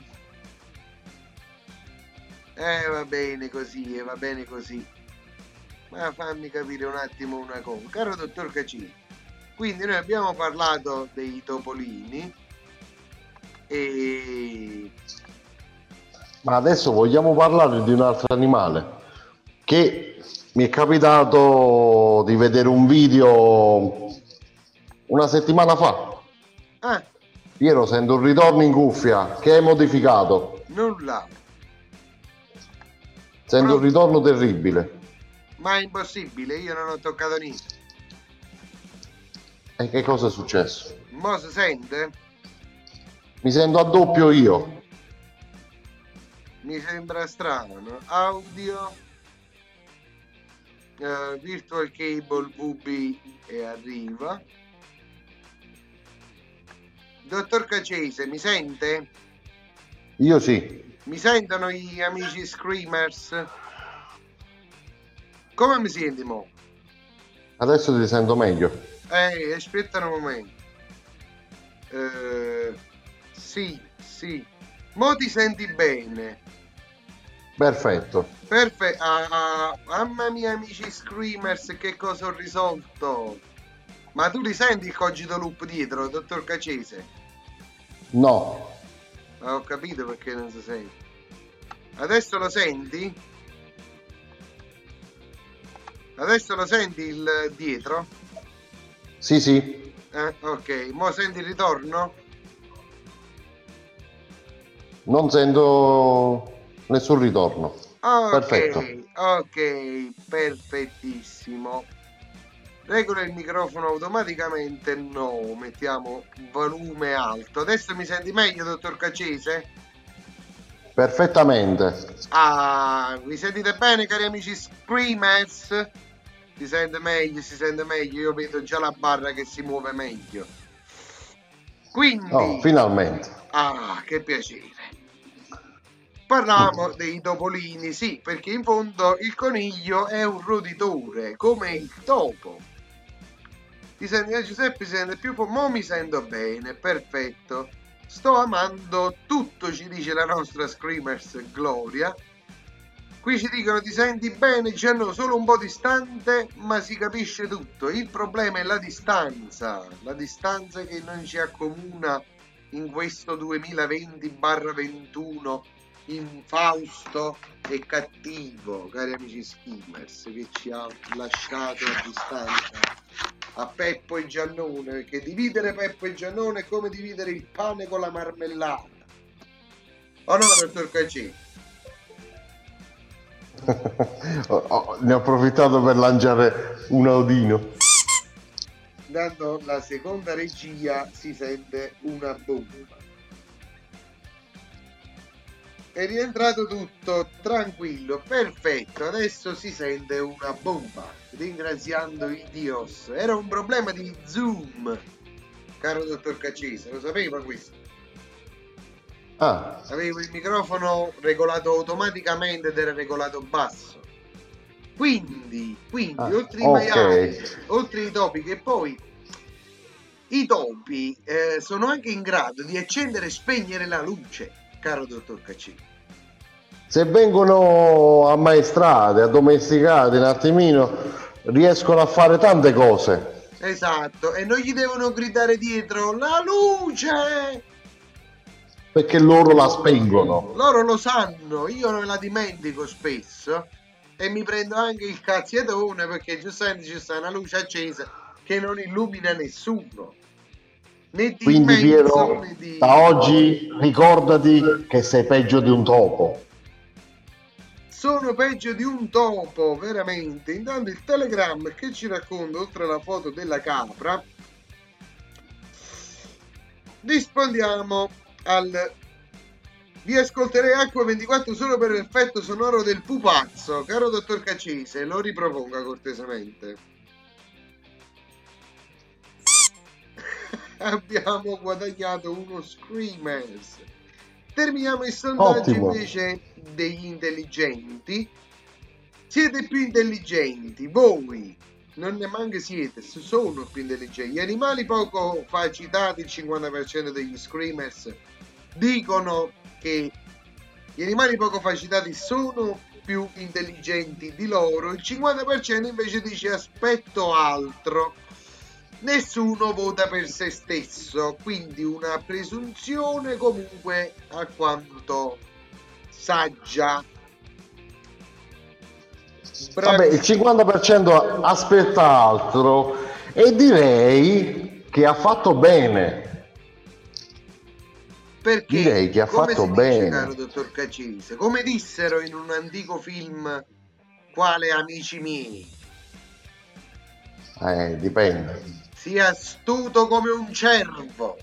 Eh, va bene così, eh, va bene così. Ma fammi capire un attimo una cosa. Caro dottor Caccese, quindi noi abbiamo parlato dei topolini e... Ma adesso vogliamo parlare di un altro animale che mi è capitato di vedere un video una settimana fa. Ah, Piero, sento un ritorno in cuffia che è modificato. nulla. Sento un ritorno terribile. Ma è impossibile, io non ho toccato niente. E che cosa è successo? Mo si sente? Mi sento a doppio io. Mi sembra strano. Audio, uh, Virtual Cable V B e arriva. Dottor Caccese, mi sente? Io sì. Mi sentono gli amici Screamers? Come mi senti mo? Adesso ti sento meglio. Eh, aspetta un momento. Eh, sì, sì. Mo ti senti bene. Perfetto. Perfetto. Ah, ah, mamma mia, amici screamers, che cosa ho risolto? Ma tu li senti il cogito loop dietro, dottor Cacese? No. Ah, ho capito perché non si sente. Adesso lo senti? Adesso lo senti il dietro? Sì, sì. Eh, ok, mo senti il ritorno? Non sento nessun ritorno. Perfetto. Ok, ok, perfettissimo. Regola il microfono automaticamente? No, mettiamo volume alto. Adesso mi senti meglio, dottor Cacese? Perfettamente. Ah, mi sentite bene, cari amici Screamers? Si sente meglio, si sente meglio. Io vedo già la barra che si muove meglio. Quindi... Oh, finalmente. Ah, che piacere. Parliamo dei topolini, sì, perché in fondo il coniglio è un roditore, come il topo. Ti senti, eh, Giuseppe, si sente più... Mo mi sento bene, perfetto. Sto amando tutto, ci dice la nostra Screamers Gloria. Qui ci dicono ti senti bene, ci hanno solo un po' distante, ma si capisce tutto. Il problema è la distanza, la distanza che non ci accomuna in questo duemilaventi ventuno infausto e cattivo, cari amici Skimmers, che ci ha lasciato a distanza a Peppo e Giannone, perché dividere Peppo e Giannone è come dividere il pane con la marmellata. Oh no, dottor Cacci? Ne ho approfittato per lanciare un audino. Dando la seconda regia si sente una bomba. È rientrato tutto tranquillo, perfetto, adesso si sente una bomba, ringraziando il Dios. Era un problema di Zoom, caro dottor Cacese, lo sapeva questo? Ah. Avevo il microfono regolato automaticamente ed era regolato basso. Quindi, quindi Ah, oltre i okay. maiali, oltre i topi, che poi i topi eh, sono anche in grado di accendere e spegnere la luce, caro dottor Cacci. Se vengono ammaestrate, addomesticate un attimino, riescono a fare tante cose. Esatto, e non gli devono gridare dietro la luce, perché loro la spengono. Loro lo sanno, io non la dimentico spesso e mi prendo anche il cazziatone perché giustamente ci sta una luce accesa che non illumina nessuno. Né di Quindi immenso, Piero, né di... da oggi ricordati che sei peggio di un topo. Sono peggio di un topo, veramente. Intanto il Telegram che ci racconta, oltre alla foto della capra, rispondiamo al... Vi ascolterei Acqua ventiquattro solo per l'effetto sonoro del pupazzo. Caro dottor Cacese, lo riproponga cortesemente. Abbiamo guadagnato uno Screamers. Terminiamo il sondaggio. Ottimo. Invece degli intelligenti. Siete più intelligenti, voi. Non ne manca siete, sono più intelligenti. Gli animali poco fa citati, il cinquanta per cento degli Screamers dicono che gli animali poco fa citati sono più intelligenti di loro, il cinquanta per cento invece dice aspetto altro. Nessuno vota per se stesso, quindi una presunzione comunque alquanto saggia. Bravi. Vabbè, il cinquanta per cento aspetta altro e direi che ha fatto bene. Perché, direi che ha come fatto si bene, dice, caro dottor Cacese, come dissero in un antico film, quale Amici miei? Eh, dipende. Sia astuto come un cervo.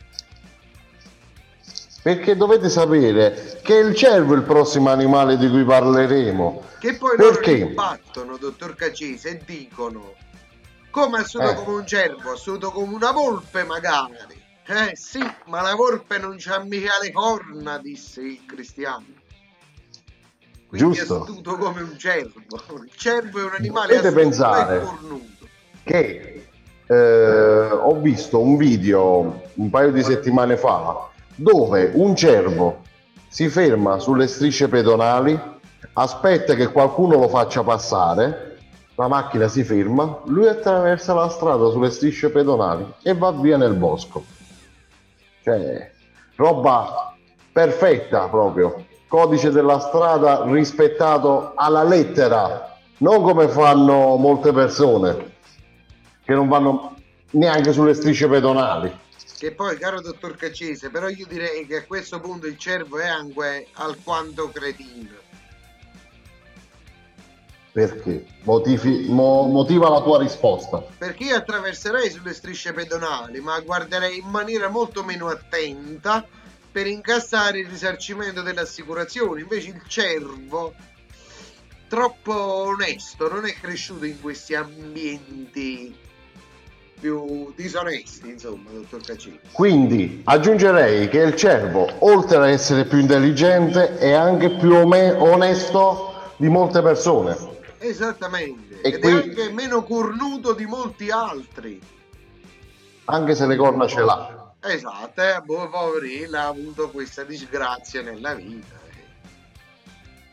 Perché dovete sapere che il cervo è il prossimo animale di cui parleremo. Che poi Perché? loro ribattono, dottor Cacese, e dicono: come astuto eh. come un cervo, astuto come una volpe magari. Eh sì, ma la volpe non c'ha mica le corna, disse il cristiano. Quindi Giusto. è astuto come un cervo. Il cervo è un animale Dovete astuto pensare e cornuto. Che eh, ho visto un video un paio di settimane fa dove un cervo si ferma sulle strisce pedonali aspetta che qualcuno lo faccia passare, la macchina si ferma, lui attraversa la strada sulle strisce pedonali e va via nel bosco. Cioè, roba perfetta proprio, codice della strada rispettato alla lettera, non come fanno molte persone che non vanno neanche sulle strisce pedonali. Che poi, caro dottor Caccese, però io direi che a questo punto il cervo è anche alquanto cretino. Perché? Motivi, mo- motiva la tua risposta. Perché io attraverserei sulle strisce pedonali, ma guarderei in maniera molto meno attenta per incassare il risarcimento delle assicurazioni. Invece il cervo, troppo onesto, non è cresciuto in questi ambienti più disonesti, insomma, dottor Caccese. Quindi aggiungerei che il cervo, oltre ad essere più intelligente, è anche più ome- onesto di molte persone. Esattamente, E ed qui- è anche meno cornuto di molti altri. Anche se le corna ce l'ha. Esatto, eh, boh, poverino, ha avuto questa disgrazia nella vita. eh.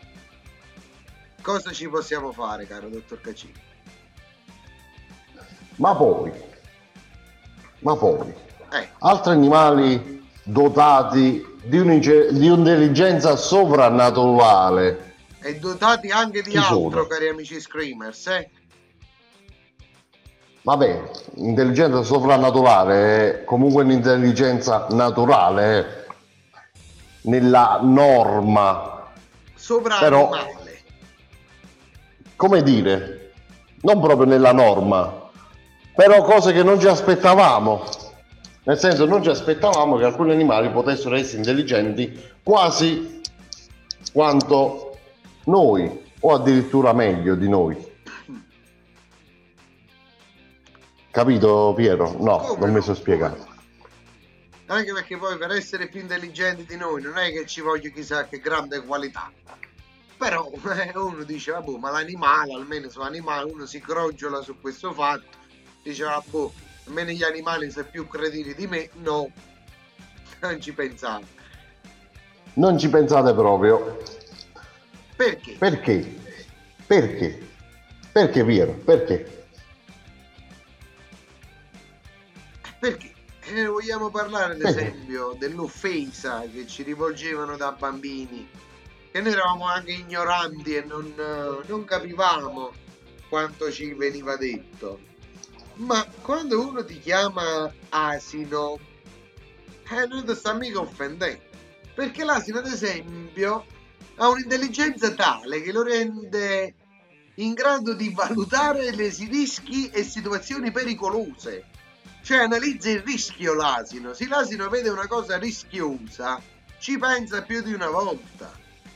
Cosa ci possiamo fare, caro dottor Caccini? Ma poi, ma poi, Eh, altri animali dotati di, un'inge- di un'intelligenza sovrannaturale. e dotati anche di Chi altro, sono? cari amici screamers, eh? Vabbè, intelligenza sovrannaturale è comunque un'intelligenza naturale, eh, nella norma. Sovranimale. Come dire, non proprio nella norma, però cose che non ci aspettavamo. Nel senso, non ci aspettavamo che alcuni animali potessero essere intelligenti quasi quanto noi, o addirittura meglio di noi. Capito, Piero? No, Come non mi no? so spiegare. Come no? Anche perché poi per essere più intelligenti di noi non è che ci voglia chissà che grande qualità. Però eh, uno dice, vabbè, ma l'animale, almeno su animali, uno si crogiola su questo fatto, dice, vabbè, almeno gli animali sono più cretini di me. No, non ci pensate. Non ci pensate proprio. Perché? Perché? Perché? Perché, Piero? Perché? Perché? Eh, vogliamo parlare ad Perché? esempio dell'offesa che ci rivolgevano da bambini, che noi eravamo anche ignoranti e non, eh, non capivamo quanto ci veniva detto. Ma quando uno ti chiama asino, eh, non ti sta mica offendendo, perché l'asino ad esempio ha un'intelligenza tale che lo rende in grado di valutare le rischi e situazioni pericolose. Cioè analizza il rischio l'asino. Se l'asino vede una cosa rischiosa, ci pensa più di una volta.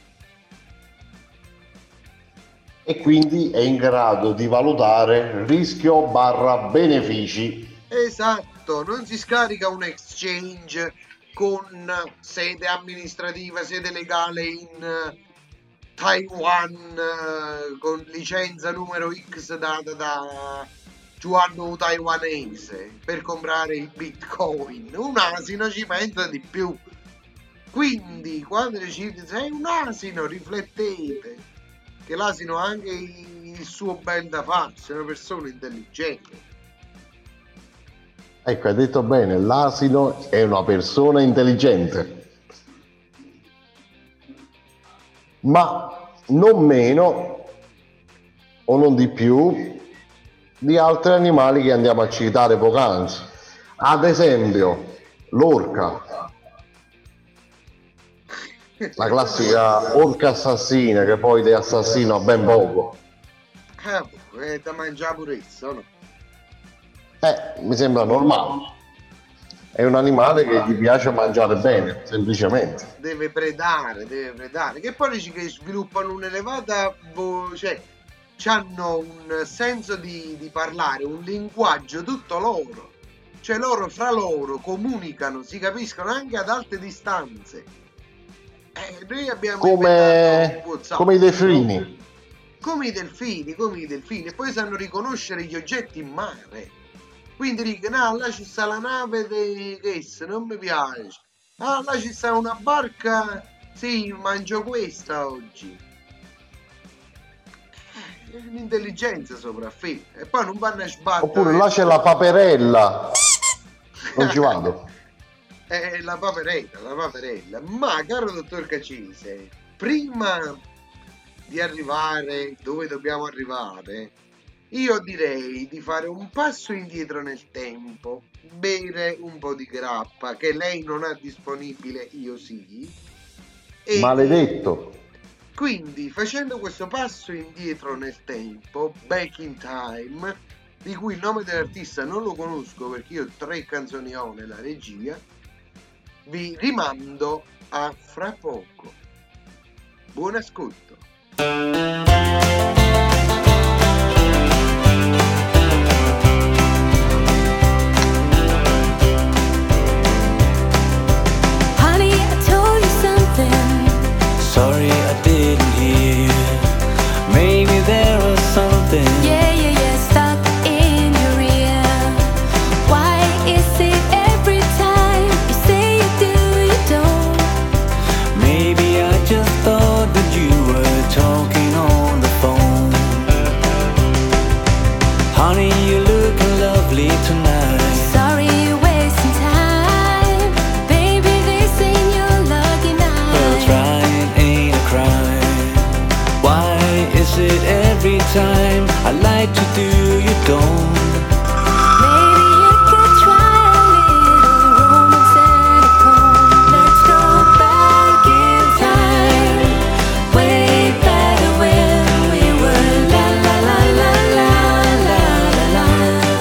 E quindi è in grado di valutare rischio barra benefici. Esatto, non si scarica un exchange con sede amministrativa, sede legale in eh, Taiwan, eh, con licenza numero X data da Giovanni taiwanese per comprare il bitcoin. Un asino ci pensa di più. Quindi quando decidi sei un asino, riflettete che l'asino ha anche il suo bel da farsi, è una persona intelligente. Ecco, hai detto bene, l'asino è una persona intelligente, ma non meno o non di più di altri animali che andiamo a citare poc'anzi. Ad esempio, l'orca, la classica orca assassina che poi ti assassina ben poco. Eh, è da mangiare pure esso, no? Eh, mi sembra normale. È un animale che gli piace mangiare bene, semplicemente. Deve predare, deve predare. Che poi dici che sviluppano un'elevata vo- cioè hanno un senso di, di parlare, un linguaggio tutto loro. Cioè loro fra loro comunicano, si capiscono anche ad alte distanze. Eh, noi abbiamo Come, inventato WhatsApp, come i delfini. no? Come i delfini, come i delfini. E poi sanno riconoscere gli oggetti in mare. Quindi dicono, no, là ci sta la nave di questo, non mi piace. Ah, là ci sta una barca, sì, mangio questa oggi. l'intelligenza sopraffina e poi non vanno a sbattere. Oppure là c'è la paperella. Non ci vado. È la paperella, la paperella. Ma caro dottor Cacise, prima di arrivare dove dobbiamo arrivare, io direi di fare un passo indietro nel tempo, bere un po' di grappa che lei non ha disponibile, io sì. E Maledetto. quindi, facendo questo passo indietro nel tempo, Back in Time, di cui il nome dell'artista non lo conosco perché io tre canzoni ho nella regia, vi rimando a fra poco. Buon ascolto. Honey, I told you something. Sorry I didn't hear. Maybe there was something. Yeah, yeah, yeah, stuck in your ear. Why is it every time you say you do, you don't? Maybe I just thought that you were talking on the phone. Honey, you're looking lovely tonight. Sorry you're wasting time. Baby, this ain't your lucky night. Well, trying ain't a crime. Why is it every time I like to do, you don't? Maybe you could try a little romance and a poem. Let's go back in time, way back when we were la la la la la la la la.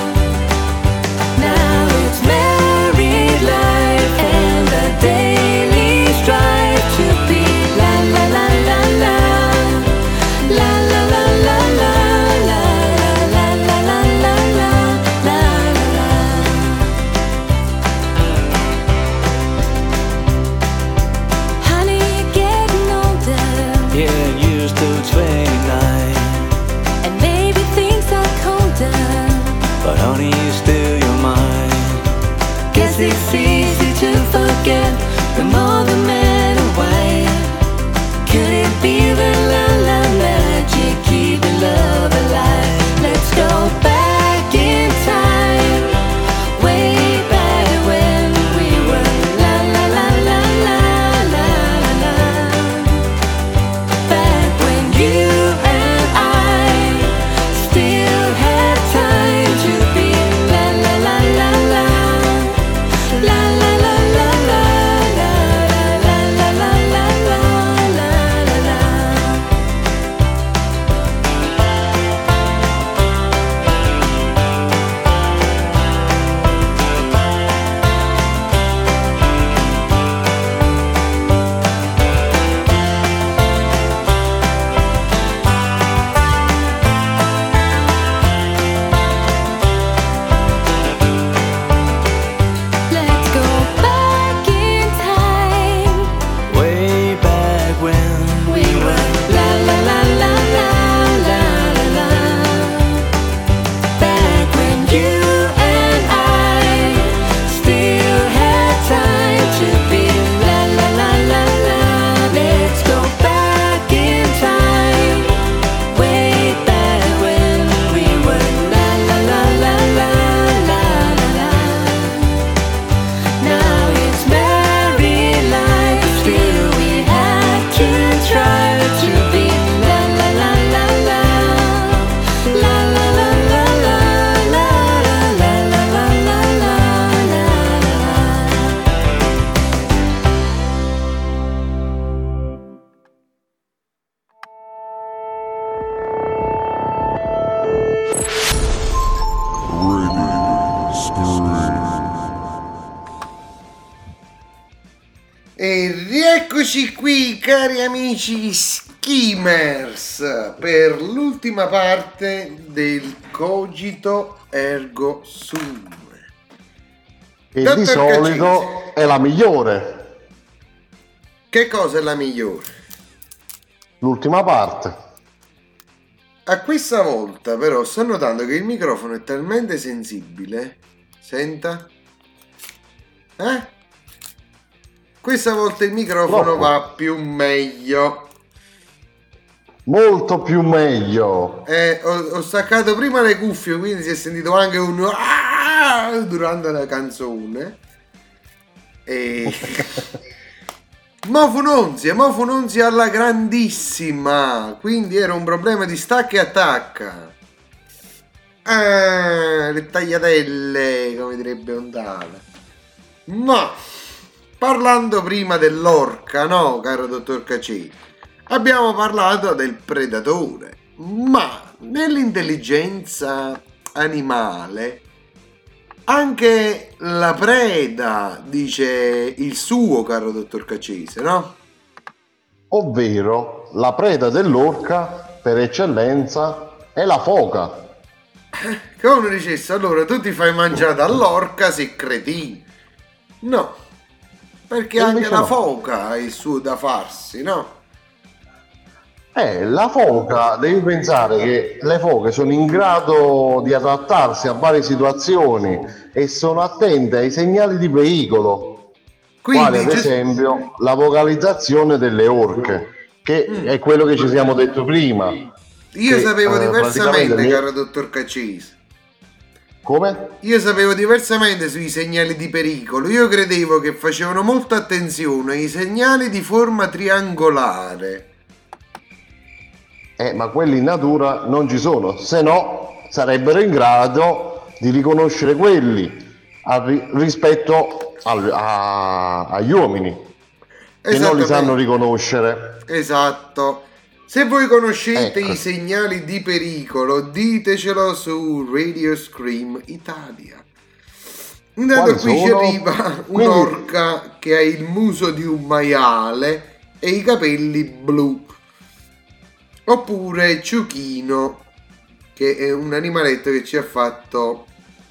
Now it's married life and the daily strive to be la la la la la la la la la la la la la la la la la la. Honey, you're getting older, Yeah, you're still twenty-nine. and maybe things are colder. But honey, you're still your mind. Guess it's easy to forget the more the man away. Could it be the la la magic keeping love alive? Let's go back in time, way back when we were la la la la la la la la. Back when you and I still had time to be la la la la la. La la la la la la la la la la la la la. Let's go back in time. Way back when We were la la la la la la la la. Back when you and I still had time to be la la la la la. Let's go back in time, way back when we were la la la la la la la la. Now it's married life, still we have to try to be la la la la la la la la la la la la la la la la la. E rieccoci qui, cari amici skimmers, per l'ultima parte del cogito ergo sum. E Dottor di solito Cacise, è la migliore. che cosa è la migliore? L'ultima parte. A questa volta però sto notando che il microfono è talmente sensibile. Senta? Eh? Questa volta il microfono Troppo. va più meglio. Molto più meglio. Eh, ho, ho staccato prima le cuffie, quindi si è sentito anche un "ah" durante la canzone. E Mofu Nunzia, Mofu Nunzia alla grandissima, quindi era un problema di stacca e attacca. Ah, le tagliatelle, come direbbe Ondala. Ma parlando prima dell'orca, no, caro dottor Cacci, abbiamo parlato del predatore, ma nell'intelligenza animale anche la preda dice il suo, caro dottor Caccese, no? Ovvero la preda dell'orca per eccellenza è la foca. Che uno dicesse, allora tu ti fai mangiare dall'orca, sei cretino. No, perché E anche invece la no. foca ha il suo da farsi, no? Eh, la foca, devi pensare che le foche sono in grado di adattarsi a varie situazioni e sono attente ai segnali di pericolo, quali Quindi, ad giust- esempio la vocalizzazione delle orche, che è quello che ci siamo detto prima. io che, sapevo eh, diversamente, praticamente mi- caro dottor Caccese. Come? Io sapevo diversamente sui segnali di pericolo. Io credevo che facevano molta attenzione ai segnali di forma triangolare. Eh, ma quelli in natura non ci sono, se no sarebbero in grado di riconoscere quelli a ri- rispetto al- a- agli uomini che non li sanno riconoscere. Esatto. Se voi conoscete Ecco. i segnali di pericolo, ditecelo su Radio Scream Italia. Intanto Quali qui ci sono? arriva Quindi- un'orca che ha il muso di un maiale e i capelli blu. Oppure Ciuchino, che è un animaletto che ci ha fatto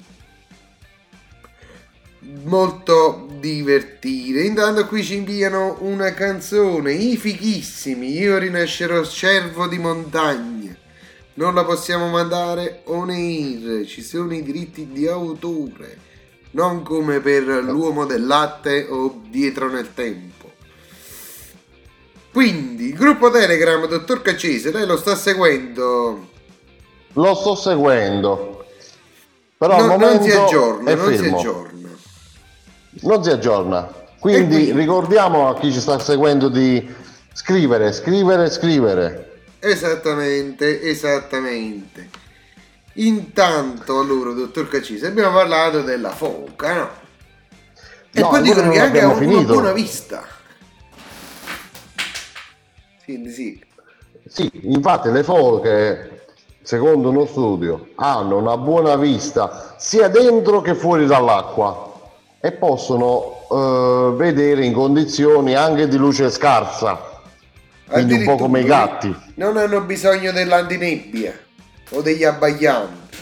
molto divertire. Intanto qui ci inviano una canzone, i fighissimi, io rinascerò cervo di montagna. Non la possiamo mandare on air, ci sono i diritti di autore, non come per l'uomo del latte o dietro nel tempo. Quindi, gruppo Telegram, dottor Caccese, lei lo sta seguendo? Lo sto seguendo, però No, al non si momento aggiorna, è non si fermo. aggiorna. Non si aggiorna. Quindi, E quindi? ricordiamo a chi ci sta seguendo di scrivere, scrivere, scrivere. Esattamente, esattamente. Intanto, allora, dottor Caccese, abbiamo parlato della foca, no? E No, poi ancora dicono non che anche ha abbiamo una finito. buona vista. Quindi sì. Sì, infatti le foche, secondo uno studio, hanno una buona vista sia dentro che fuori dall'acqua e possono eh, vedere in condizioni anche di luce scarsa, quindi un po' come i Addirittura gatti. non hanno bisogno dell'antinebbia o degli abbaglianti.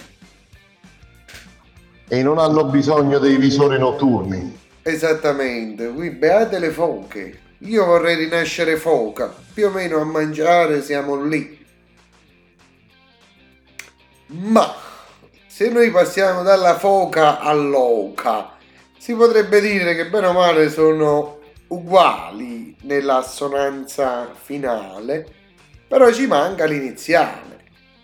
E non hanno bisogno dei visori notturni. Esattamente, qui beate le foche. Io vorrei rinascere foca, più o meno a mangiare siamo lì. Ma se noi passiamo dalla foca all'oca, si potrebbe dire che bene o male sono uguali nella assonanza finale, però ci manca l'iniziale.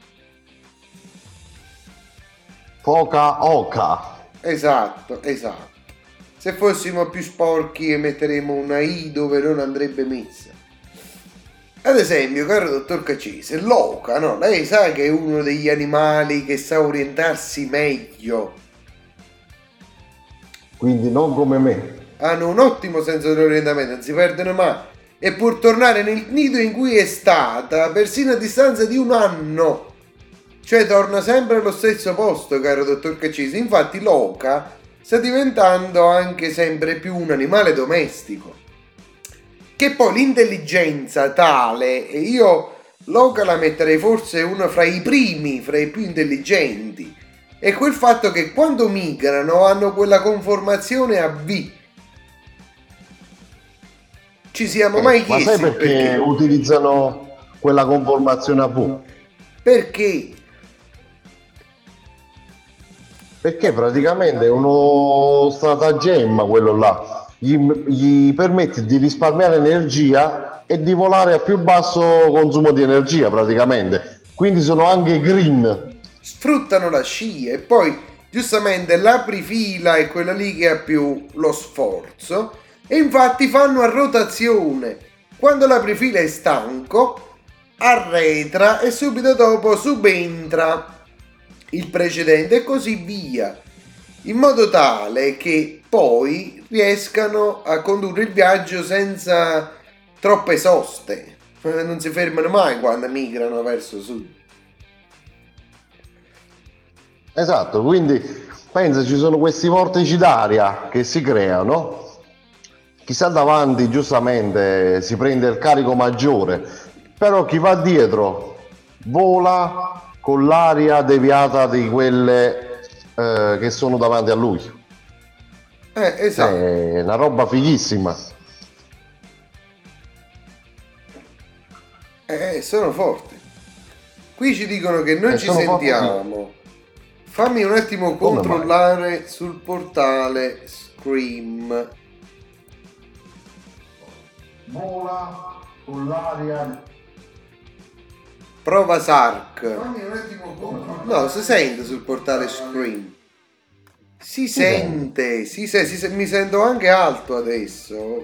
Foca oca. Esatto, esatto. Se fossimo più sporchi metteremo una I dove non andrebbe messa. Ad esempio, caro dottor Caccese, l'oca, no? Lei sa che è uno degli animali che sa orientarsi meglio. Quindi non come me. Hanno un ottimo senso dell'orientamento, non si perdono mai. E può tornare nel nido in cui è stata, persino a distanza di un anno. Cioè torna sempre allo stesso posto, caro dottor Caccese. Infatti l'oca sta diventando anche sempre più un animale domestico. Che poi l'intelligenza tale, e io l'oca la metterei forse uno fra i primi, fra i più intelligenti, è quel fatto che quando migrano hanno quella conformazione a V. Ci siamo Eh, mai ma chiesti sai perché, perché? utilizzano quella conformazione a V? Perché? Perché praticamente è uno stratagemma quello là, gli, gli permette di risparmiare energia e di volare a più basso consumo di energia praticamente, quindi sono anche green. Sfruttano la scia e poi giustamente l'aprifila è quella lì che ha più lo sforzo e infatti fanno a rotazione. Quando l'aprifila è stanco arretra e subito dopo subentra il precedente e così via, in modo tale che poi riescano a condurre il viaggio senza troppe soste. Non si fermano mai quando migrano verso sud. Esatto, quindi pensa, ci sono questi vortici d'aria che si creano, chi sta davanti giustamente si prende il carico maggiore, però chi va dietro vola con l'aria deviata di quelle eh, che sono davanti a lui. Eh, esatto. È una roba fighissima. Eh, sono forti. Qui ci dicono che noi Eh, ci sono forti, sentiamo. Fammi un attimo Come controllare sul portale Scream. Vola con l'aria. Prova Sark. No, si sente sul portale Scream. Si sente, si se- si se- mi sento anche alto adesso.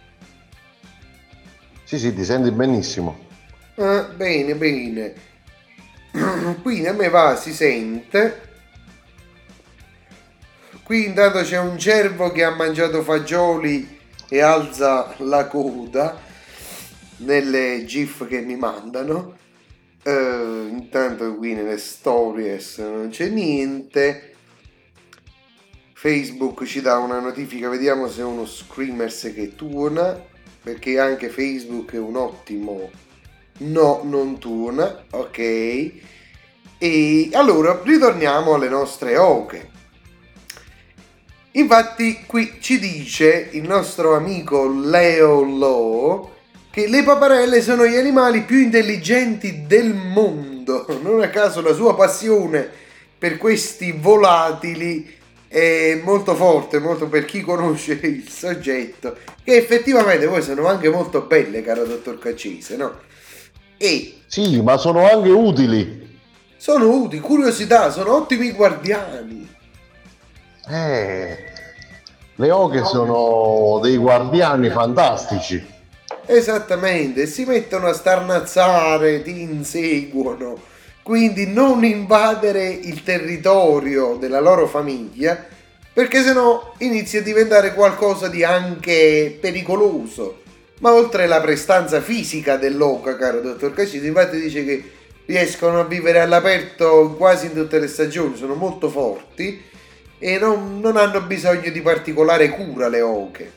Sì, sì, ti senti benissimo. Ah, bene, bene. Quindi a me va, si sente. Qui intanto c'è un cervo che ha mangiato fagioli e alza la coda nelle gif che mi mandano. Uh, intanto qui nelle stories non c'è niente. Facebook ci dà una notifica, vediamo se è uno Screamers che tuona, perché anche Facebook è un ottimo no, non tuona. Ok, e allora ritorniamo alle nostre oche. Infatti qui ci dice il nostro amico Leo Lo che le paparelle sono gli animali più intelligenti del mondo. Non a caso la sua passione per questi volatili è molto forte, molto per chi conosce il soggetto, che effettivamente poi sono anche molto belle, caro dottor Caccese, no? E Sì, ma sono anche utili. sono utili, curiosità, sono ottimi guardiani. Eh, le oche sono dei guardiani fantastici. Esattamente, si mettono a starnazzare, ti inseguono, quindi non invadere il territorio della loro famiglia, perché sennò inizia a diventare qualcosa di anche pericoloso. Ma oltre alla prestanza fisica dell'oca, caro dottor Caccese, infatti dice che riescono a vivere all'aperto quasi in tutte le stagioni, sono molto forti e non, non hanno bisogno di particolare cura le oche.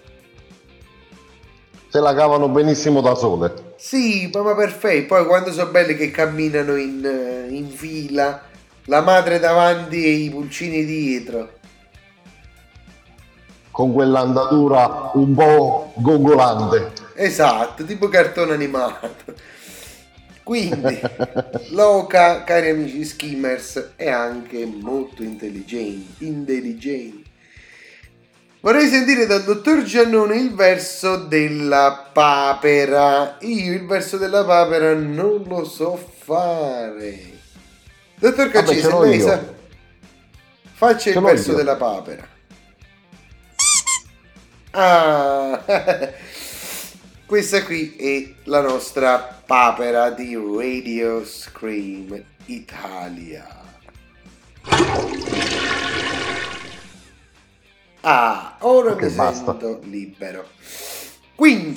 Se la cavano benissimo da sole. Sì, ma, ma perfetto. Poi quando sono belle che camminano in, eh, in fila, la madre davanti e i pulcini dietro. Con quell'andatura un po' gongolante. Esatto, tipo cartone animato. Quindi, l'oca, cari amici skimmers, è anche molto intelligente. Intelligente. Vorrei sentire dal dottor Giannone il verso della papera. Io il verso della papera non lo so fare. Dottor Vabbè, Caccese, ce l'ho lei io. sa? Faccia Ce il l'ho verso io. della papera. Ah, questa qui è la nostra papera di Radio Scream Italia. Ah, ora Ok, mi basta. sento libero. Quindi,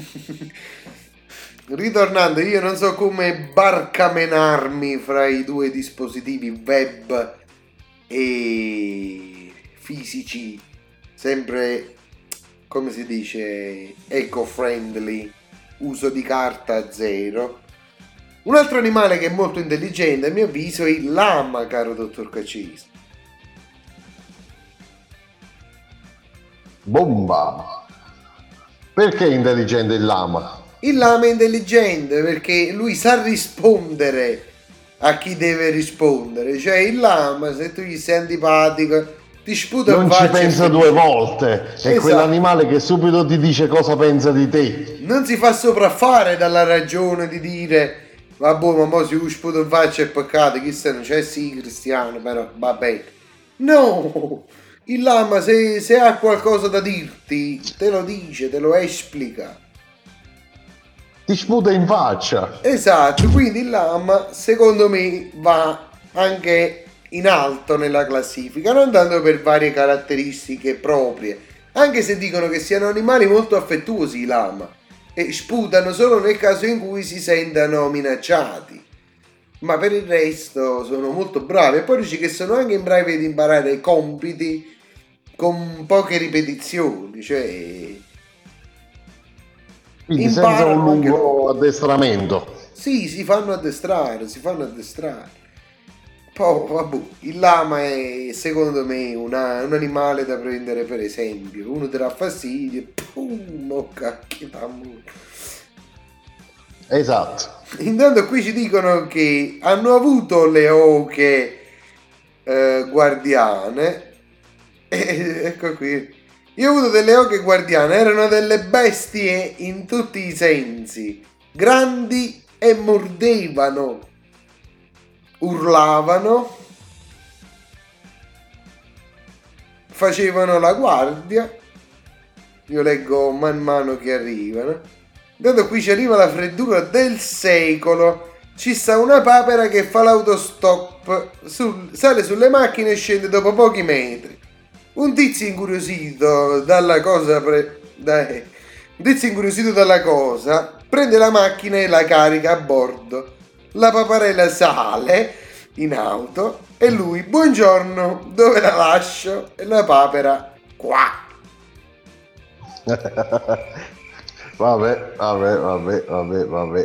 ritornando, io non so come barcamenarmi fra i due dispositivi web e fisici, sempre, come si dice, eco-friendly, uso di carta zero. Un altro animale che è molto intelligente, a mio avviso, è il lama, caro dottor Caccese. Bomba! Perché è intelligente il lama? Il lama è intelligente perché lui sa rispondere a chi deve rispondere. Cioè il lama, se tu gli sei antipatico, ti ti sputa in Non faccia ci pensa e due finisce. volte, è Esatto. quell'animale che subito ti dice cosa pensa di te. Non si fa sopraffare dalla ragione di dire vabbè, ma mo si sputa in faccia è peccato, chissà non c'è sì cristiano, però va bene. No, il lama se, se ha qualcosa da dirti te lo dice, te lo esplica. Ti sputa in faccia. Esatto, quindi il lama secondo me va anche in alto nella classifica, non tanto per varie caratteristiche proprie, anche se dicono che siano animali molto affettuosi i lama e sputano solo nel caso in cui si sentano minacciati, ma per il resto sono molto bravi. E poi dice che sono anche bravi ad imparare i compiti con poche ripetizioni, cioè Quindi senza un imparano anche loro. lungo addestramento. Sì, si fanno addestrare, si fanno addestrare. Poi, vabbè, il lama è secondo me una- un animale da prendere per esempio. Uno ti dà fastidio, pum, oh cacchio d'amore. Esatto. Intanto qui ci dicono che hanno avuto le oche eh, guardiane. E, ecco qui. Io ho avuto delle oche guardiane, erano delle bestie in tutti i sensi, grandi e mordevano, urlavano, facevano la guardia. Io leggo man mano che arrivano. Intanto qui ci arriva la freddura del secolo. Ci sta una papera che fa l'autostop, sul- sale sulle macchine e scende dopo pochi metri. Un tizio incuriosito dalla cosa pre- dai, un tizio incuriosito dalla cosa prende la macchina e la carica a bordo. La paparella sale in auto e lui, buongiorno, dove la lascio? E la papera, qua. Vabbè, vabbè, vabbè, vabbè, vabbè.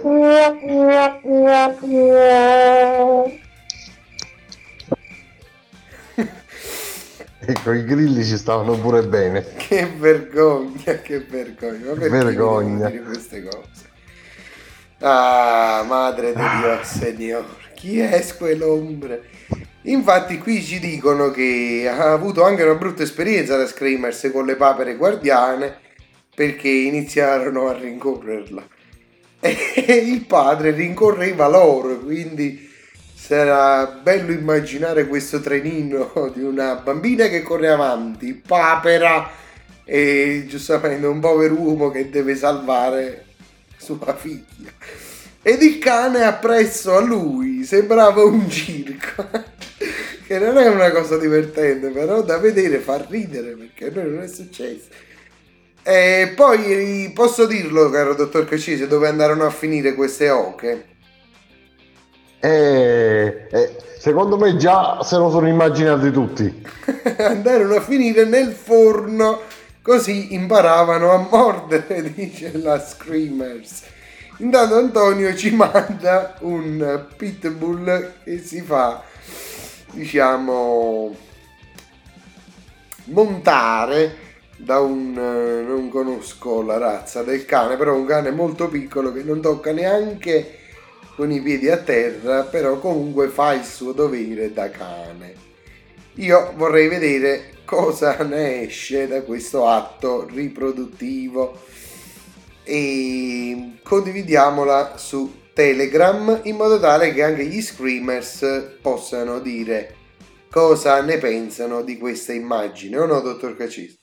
Ecco, i grilli ci stavano pure bene. Che vergogna, che vergogna. Ma perché Vergogna. devo dire queste cose? Ah, madre di Dio, Signore, chi è quell'ombra? Infatti qui ci dicono che ha avuto anche una brutta esperienza da Screamers con le papere guardiane, perché iniziarono a rincorrerla e il padre rincorreva loro, quindi sarà bello immaginare questo trenino di una bambina che corre avanti, papera, e giustamente un povero uomo che deve salvare sua figlia. Ed il cane appresso a lui, sembrava un circo, che non è una cosa divertente, però da vedere fa ridere, perché a noi non è successo. E poi posso dirlo, caro dottor Caccese, dove andarono a finire queste oche? Eh, eh, secondo me già se lo sono immaginati tutti. Andarono a finire nel forno, così imparavano a mordere, dice la Screamers. Intanto Antonio ci manda un pitbull che si fa, diciamo, montare da un, eh, non conosco la razza del cane, però un cane molto piccolo che non tocca neanche con i piedi a terra, però comunque fa il suo dovere da cane. Io vorrei vedere cosa ne esce da questo atto riproduttivo e condividiamola su Telegram in modo tale che anche gli Screamers possano dire cosa ne pensano di questa immagine, o no, dottor Caccese?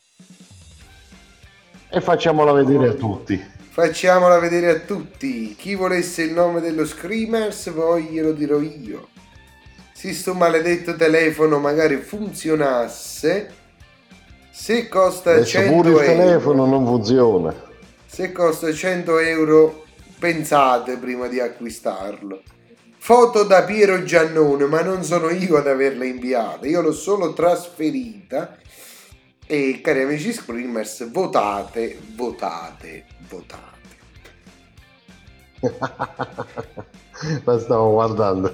E facciamola vedere a tutti. Facciamola vedere a tutti. Chi volesse il nome dello Screamers poi glielo dirò io. Se sto maledetto telefono magari funzionasse, se costa Adesso cento pure il euro, telefono non funziona. se costa cento euro, pensate prima di acquistarlo. Foto da Piero Giannone, ma non sono io ad averla inviata, io l'ho solo trasferita. E cari amici Screamers, votate, votate, votate. La stavo guardando.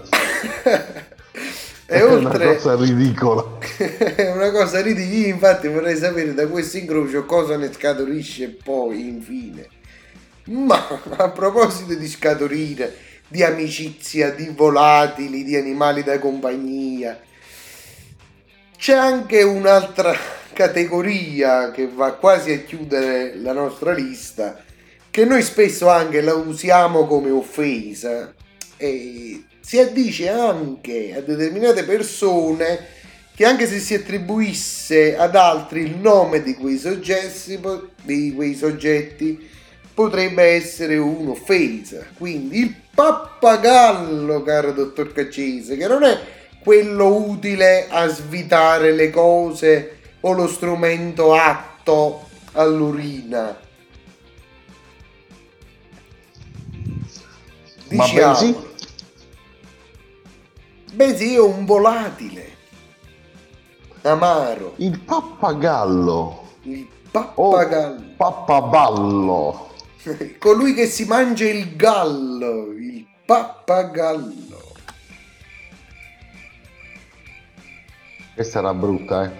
E È oltre una cosa ridicola. è una cosa ridicola, infatti vorrei sapere da questo incrocio cosa ne scaturisce poi infine. Ma a proposito di scaturire, di amicizia, di volatili, di animali da compagnia, C'è anche un'altra categoria che va quasi a chiudere la nostra lista, che noi spesso anche la usiamo come offesa, e si addice anche a determinate persone che anche se si attribuisse ad altri il nome di quei soggetti, di quei soggetti potrebbe essere un'offesa. Quindi il pappagallo, caro dottor Caccese, che non è quello utile a svitare le cose o lo strumento atto all'urina. Diciamo, bensì? bensì è un volatile amaro. Il pappagallo. Il O pappagallo. pappaballo. Colui che si mangia il gallo, il pappagallo. Questa era brutta, eh.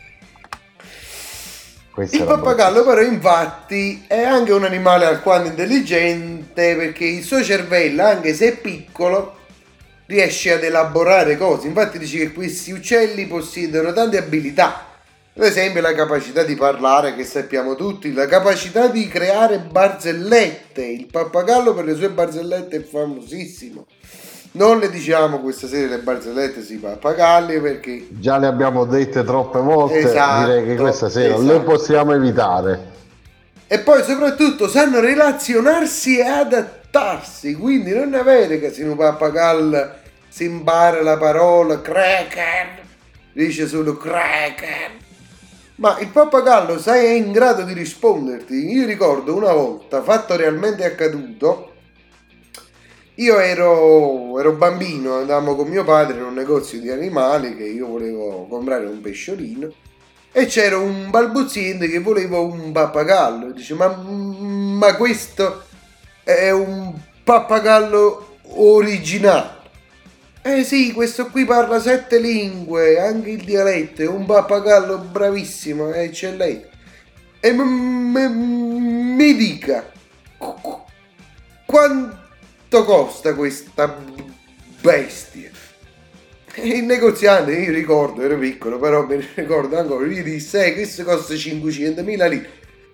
Questa Il era pappagallo però infatti è anche un animale alquanto intelligente, perché il suo cervello, anche se è piccolo, riesce ad elaborare cose. Infatti dice che questi uccelli possiedono tante abilità, ad esempio la capacità di parlare, che sappiamo tutti, la capacità di creare barzellette. Il pappagallo per le sue barzellette è famosissimo. Non le diciamo questa sera le barzellette sui pappagalli, perché Già le abbiamo dette troppe volte, Esatto, direi che questa sera esatto. le possiamo evitare. e poi soprattutto sanno relazionarsi e adattarsi, quindi non è vero che se un pappagallo si impara la parola cracker, dice solo cracker, ma il pappagallo sai è in grado di risponderti. Io ricordo una volta, fatto realmente accaduto, io ero, ero bambino, andavamo con mio padre in un negozio di animali, che io volevo comprare un pesciolino, e c'era un balbuziente che voleva un pappagallo. Dice, ma, ma questo è un pappagallo originale? Eh sì, questo qui parla sette lingue, anche il dialetto, è un pappagallo bravissimo, è eccellente. E m- m- mi dica, qu- quanto costa questa bestia? E il negoziante, io ricordo, ero piccolo, però mi ricordo ancora, gli disse, eh, questo costa cinquecentomila lire.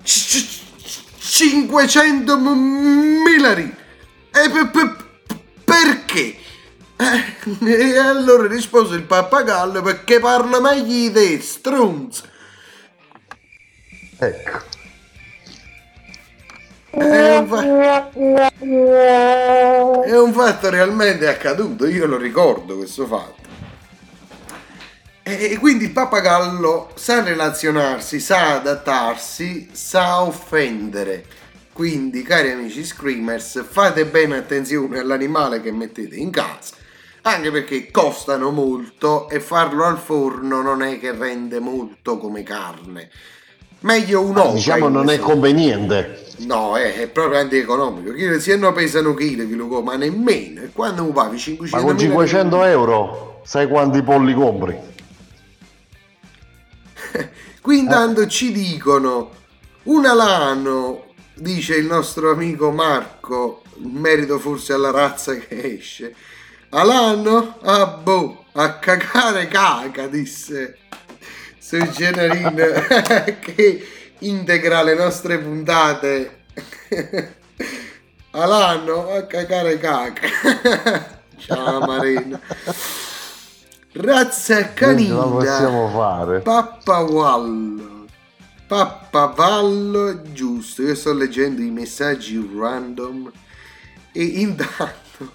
cinquecentomila lire? E per, per, perché? E allora rispose il pappagallo, perché parla meglio di te, strunz. Ecco. È un, fa- è un fatto realmente accaduto, io lo ricordo questo fatto. E quindi il pappagallo sa relazionarsi, sa adattarsi, sa offendere. Quindi, cari amici screamers, fate bene attenzione all'animale che mettete in casa, anche perché costano molto e farlo al forno non è che rende molto come carne. Meglio un'oca. Diciamo non è insomma. conveniente. No, è, è proprio antieconomico. Chi- Se no pesano chili, chi lo come, ma nemmeno. E quando lo pavi Ma cinquecento con cinquecento euro sai quanti polli compri? Qui intanto ci dicono un alano, dice il nostro amico Marco, in merito forse alla razza che esce. Alano? Ah boh, a cagare caca, disse Sir Genarin che integra le nostre puntate. Alano? A cagare caca. Ciao Marina. Razza Non ce la canina. possiamo fare. Pappagallo. Pappagallo, giusto. Io sto leggendo i messaggi random e intanto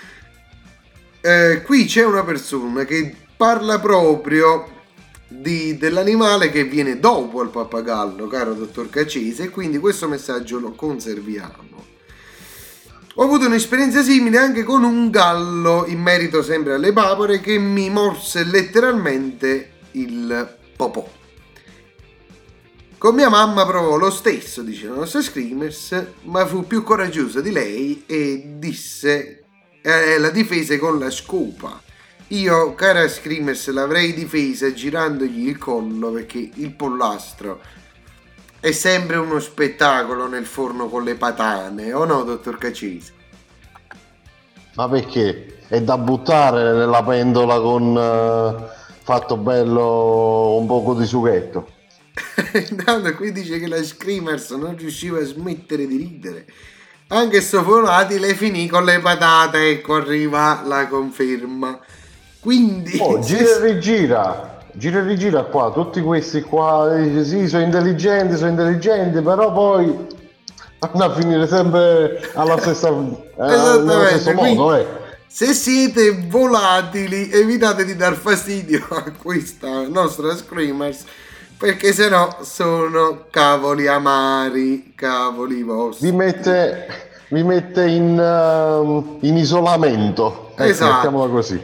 eh, qui c'è una persona che parla proprio di, dell'animale che viene dopo al pappagallo, caro dottor Caccese, e quindi questo messaggio lo conserviamo. Ho avuto un'esperienza simile anche con un gallo in merito sempre alle papere che mi morse letteralmente il popò. Con mia mamma provò lo stesso, dice la nostra Screamers, ma fu più coraggiosa di lei e disse, eh, la difese con la scopa. Io, cara Screamers, l'avrei difesa girandogli il collo, perché il pollastro è sempre uno spettacolo nel forno con le patane, o no, dottor Caccese? Ma perché? È da buttare nella pentola con, eh, fatto bello un poco di sughetto. Intanto qui dice che la Screamers non riusciva a smettere di ridere. Anche sto volatile finì con le patate, ecco arriva la conferma. Quindi... Oh, gira e rigira, gira e rigira qua, tutti questi qua, dice, sì, sono intelligenti, sono intelligenti, però poi vanno a finire sempre alla stessa, eh, nello stesso modo, eh. Se siete volatili, evitate di dar fastidio a questa nostra Screamers, perché sennò sono cavoli amari, cavoli vostri. Vi mette, vi mette in, uh, in isolamento, ecco, esatto. Mettiamola così.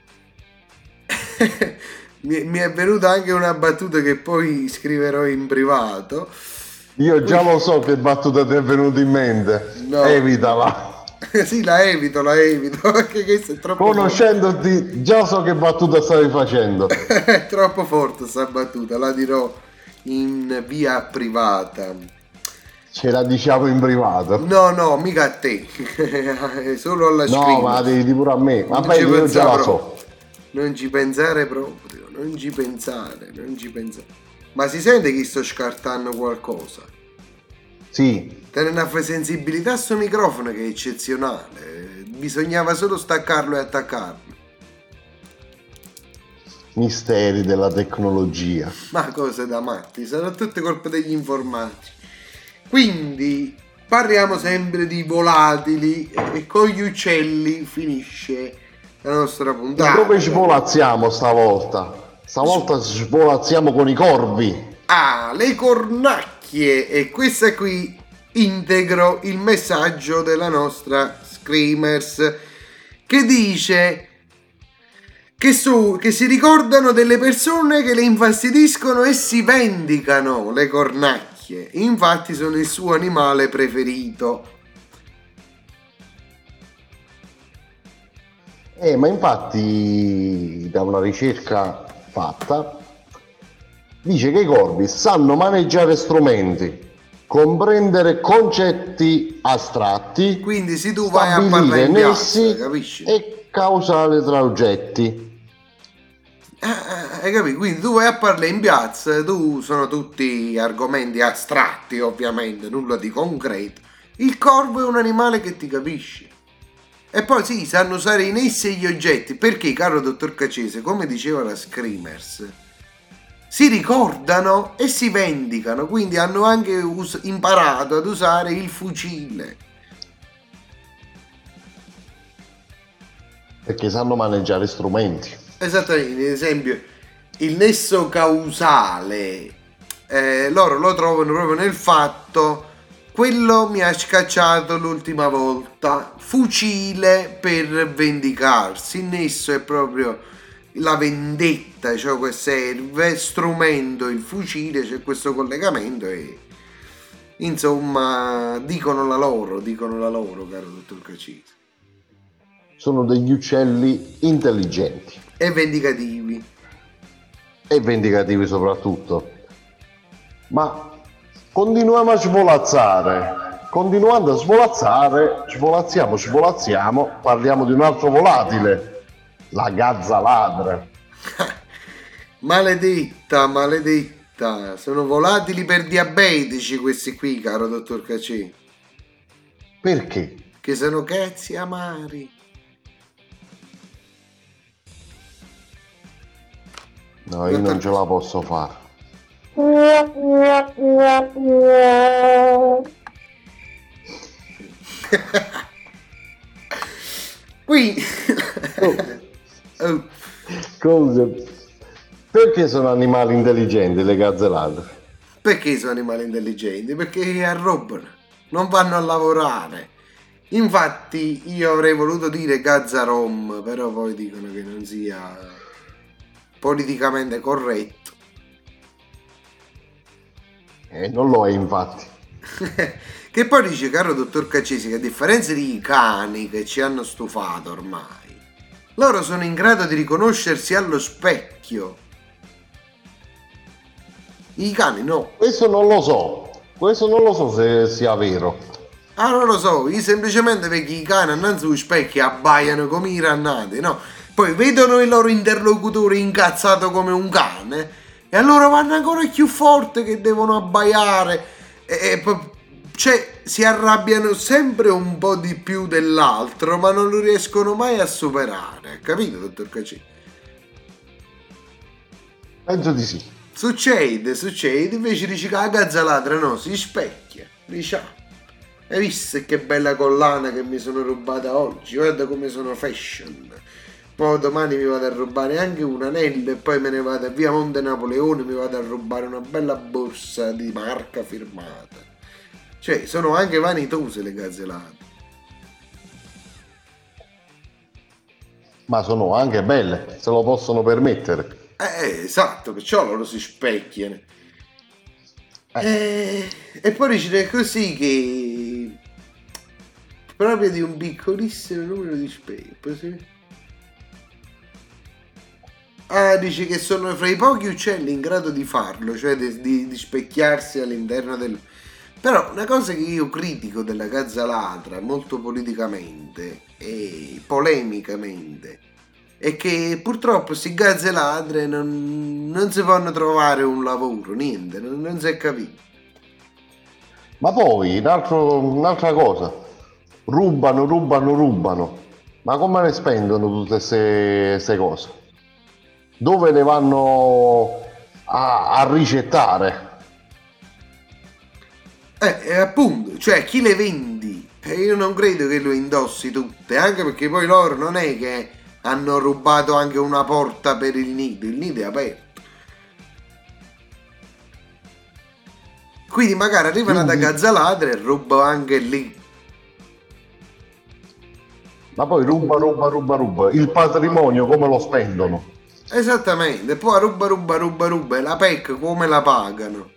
mi, mi è venuta anche una battuta che poi scriverò in privato. Io già lo so che battuta ti è venuta in mente, no. Evitala. Sì, la evito, la evito, perché questo è troppo conoscendoti forte. Già so che battuta stavi facendo. È troppo forte sta battuta, la dirò in via privata. Ce la diciamo in privato? No, no, mica a te, solo alla no, Screamers. ma devi di pure a me, ma poi io già la so. Non ci pensare proprio, non ci pensare, non ci pensare. Ma si sente che sto scartando qualcosa? Sì. Tiene una sensibilità a sto microfono che è eccezionale, bisognava solo staccarlo e attaccarlo. Misteri della tecnologia. Ma cose da matti, sono tutte colpe degli informatici. Quindi parliamo sempre di volatili e con gli uccelli finisce la nostra puntata. Dove svolazziamo stavolta? Stavolta svolazziamo con i corvi. Ah, le cornacchie, e questa qui integro il messaggio della nostra Screamers che dice che, su, che si ricordano delle persone che le infastidiscono e si vendicano. Le cornacchie infatti sono il suo animale preferito. Eh, ma infatti da una ricerca fatta dice che i corvi sanno maneggiare strumenti, comprendere concetti astratti, quindi se tu vai a parlare in piazza, capisci? E causare tra oggetti. Eh, hai capito? Quindi tu vai a parlare in piazza, tu sono tutti argomenti astratti, ovviamente, nulla di concreto. Il corvo è un animale che ti capisce. E poi sì, sanno usare in essi gli oggetti, perché, caro dottor Cacese, come diceva la Screamers, si ricordano e si vendicano, quindi hanno anche us- imparato ad usare il fucile. Perché sanno maneggiare strumenti. Esattamente, ad esempio, il nesso causale, eh, loro lo trovano proprio nel fatto, quello mi ha scacciato l'ultima volta, fucile per vendicarsi, il nesso è proprio la vendetta, ciò che serve, strumento il fucile, c'è questo collegamento e insomma dicono la loro, dicono la loro, caro dottor Cacese. Sono degli uccelli intelligenti. E vendicativi. E vendicativi soprattutto. Ma continuiamo a svolazzare. Continuando a svolazzare, svolazziamo, svolazziamo, parliamo di un altro volatile. La gazza ladra. Maledetta, maledetta. Sono volatili per diabetici questi qui, caro dottor Cacè. Perché? Che sono cazzi amari. No, io dottor non ce la posso fare. Qui Oh. oh. Cosa? Perché sono animali intelligenti le gazze ladre? Perché sono animali intelligenti? Perché arrobano, non vanno a lavorare. Infatti io avrei voluto dire gazzarom, però poi dicono che non sia politicamente corretto. Eh, non lo è infatti. Che poi dice, caro dottor Cacesi, che a differenza di cani che ci hanno stufato ormai, loro sono in grado di riconoscersi allo specchio. I cani no. Questo non lo so. Questo non lo so se sia vero. Ah, non lo so, io semplicemente perché i cani annanzi allo specchio abbaiano come i rannati, no? poi vedono il loro interlocutore incazzato come un cane e allora vanno ancora più forte che devono abbaiare e, e poi, cioè, si arrabbiano sempre un po' di più dell'altro, ma non lo riescono mai a superare, capito, dottor Cacci? Penso di sì. Succede, succede, invece dici che la gazzaladra no, si specchia, dice, ah, hai visto che bella collana che mi sono rubata oggi, guarda come sono fashion, poi domani mi vado a rubare anche un anello e poi me ne vado a via Monte Napoleone, mi vado a rubare una bella borsa di marca firmata. Cioè, sono anche vanitose le gazzellate. Ma sono anche belle, se lo possono permettere. Eh, esatto, perciò loro si specchiano. Eh, e poi dice così che proprio di un piccolissimo numero di specchi. Sì? Ah, dice che sono fra i pochi uccelli in grado di farlo, cioè di, di, di specchiarsi all'interno del... Però una cosa che io critico della gazzaladra molto politicamente e polemicamente è che purtroppo questi gazzaladre non, non si fanno trovare un lavoro, niente, non, non si è capito. Ma poi un altro- un'altra cosa, rubano, rubano, rubano. Ma come ne spendono tutte queste cose? Dove le vanno a, a ricettare? Eh, eh, appunto, cioè chi le vendi? Eh, io non credo che lo indossi tutte, anche perché poi loro non è che hanno rubato anche una porta per il nido, il nido è aperto. Quindi magari arrivano da Quindi- gazzaladre e rubano anche lì. Ma poi ruba, ruba, ruba, ruba. Il patrimonio come lo spendono? Esattamente, poi ruba, ruba, ruba, ruba e la P E C come la pagano?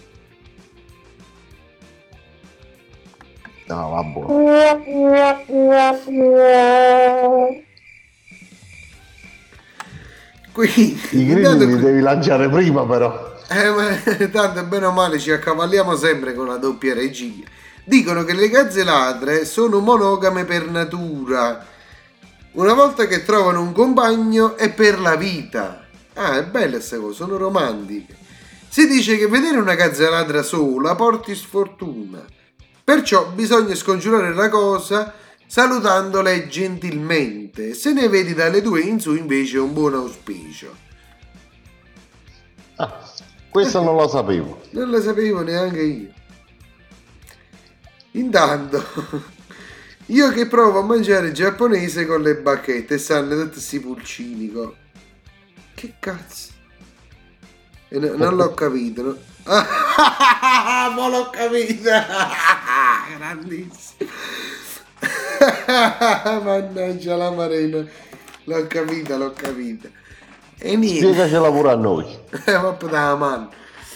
No, vabbè. Quindi, I grilli intanto li qui- devi lanciare prima però. eh, ma, tanto bene o male ci accavalliamo sempre con la doppia regia. Dicono che le gazzaladre sono monogame per natura. Una volta che trovano un compagno è per la vita. Ah, è bella questa cosa, sono romantiche. Si dice che vedere una gazzaladra sola porti sfortuna. Perciò bisogna scongiurare la cosa salutandole gentilmente. Se ne vedi dalle due in su invece è un buon auspicio. Ah, questo non lo sapevo. Non lo sapevo neanche io. Intanto, io che provo a mangiare giapponese con le bacchette e sanno tutti questi pulcini. co- Che cazzo? E no- non l'ho capito, no? Ah, ma l'ho capito! Grandissimo! Mannaggia la marina! L'ho capita, l'ho capita. E niente. Spiegacela pure a noi. Eh, ma puttana la mano.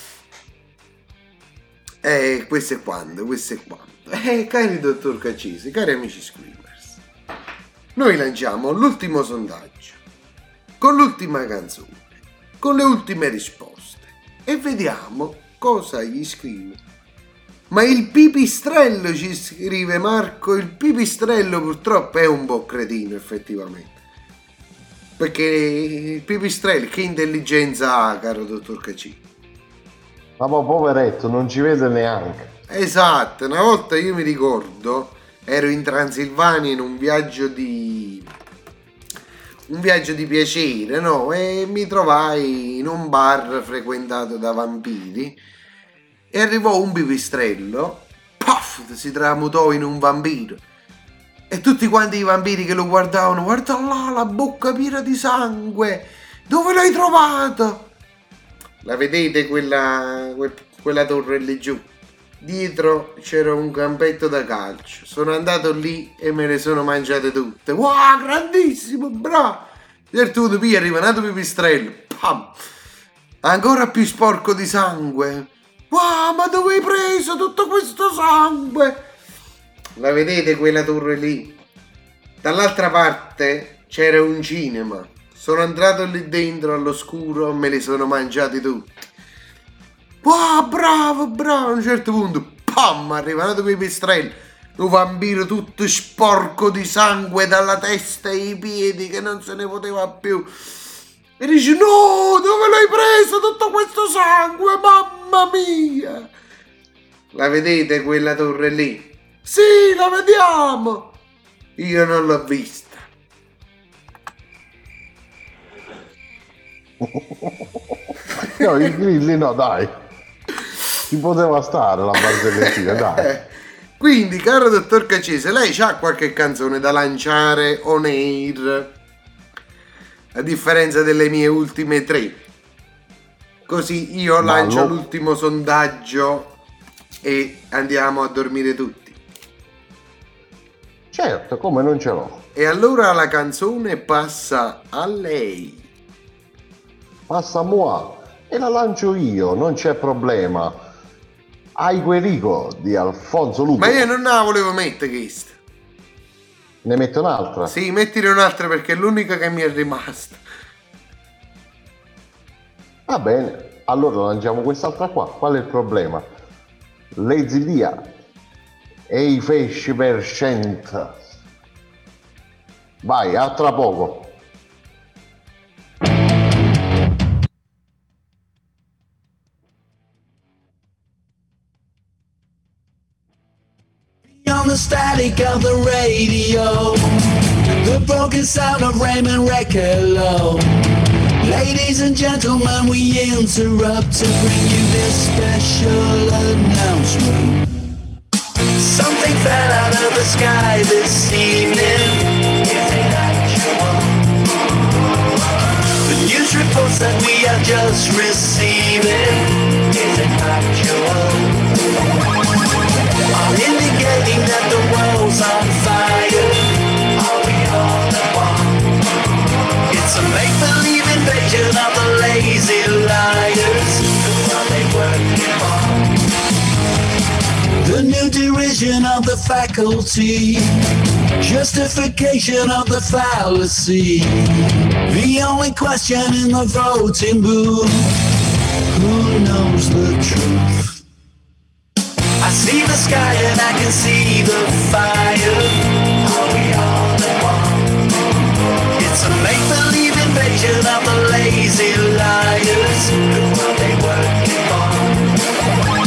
Eh, questo è quando, questo è quando. Eh, cari dottor Caccisi, cari amici screamers, noi lanciamo l'ultimo sondaggio, con l'ultima canzone, con le ultime risposte, e vediamo cosa gli scrive. Ma il pipistrello, ci scrive Marco, il pipistrello purtroppo è un po' cretino effettivamente. Perché il pipistrello, che intelligenza ha, caro dottor Caccisi? Ma poi poveretto, non ci vede neanche. Esatto, una volta io mi ricordo, ero in Transilvania in un viaggio di un viaggio di piacere, no? E mi trovai in un bar frequentato da vampiri e arrivò un pipistrello, puff, si tramutò in un vampiro. E tutti quanti i vampiri che lo guardavano, guarda là, la bocca piena di sangue, dove l'hai trovato? La vedete quella, que- quella torre lì giù? Dietro c'era un campetto da calcio. Sono andato lì e me le sono mangiate tutte. Wow, grandissimo, bravo! Gertrude P arriva un altro pipistrello. Pam! Ancora più sporco di sangue. Wow, ma dove hai preso tutto questo sangue? La vedete quella torre lì? Dall'altra parte c'era un cinema. Sono entrato lì dentro all'oscuro e me li sono mangiati tutti. Wow, bravo, bravo. A un certo punto, pam, arriva un altro pipistrello. un vampiro tutto sporco di sangue dalla testa ai piedi che non se ne poteva più. E dice: no, dove l'hai preso tutto questo sangue? Mamma mia! La vedete quella torre lì? Sì, la vediamo! Io non l'ho vista. No, i grilli no, dai. Ci poteva stare la barzellettina, dai. Quindi, caro dottor Caccese, lei c'ha qualche canzone da lanciare on air? A differenza delle mie ultime tre. Così io Ma lancio lo- l'ultimo sondaggio e andiamo a dormire tutti. Certo, come non ce l'ho. E allora la canzone passa a lei. Passa a moi e la lancio io, non c'è problema. Ai Guerico di Alfonso Lupo. Ma io non la volevo mettere questa. Ne metto un'altra. Sì, mettine un'altra perché è l'unica che mi è rimasta. Va bene, allora lanciamo quest'altra qua. Qual è il problema? Lazy Dia e i Feshi per cento. Vai, a tra poco. On the static of the radio, the broken sound of Raymond Recolo. Ladies and gentlemen, we interrupt to bring you this special announcement. Something fell out of the sky this evening. Is it actual? The news reports that we are just receiving. Is it factual? Are indicating that the world's on fire. Are we all at one? It's a make-believe invasion of the lazy liars. Who are they working on? The new derision of the faculty, justification of the fallacy. The only question in the voting booth: who knows the truth? I see the sky and I can see the fire. Are we all at one? It's a make-believe invasion of the lazy liars. Who are they working on?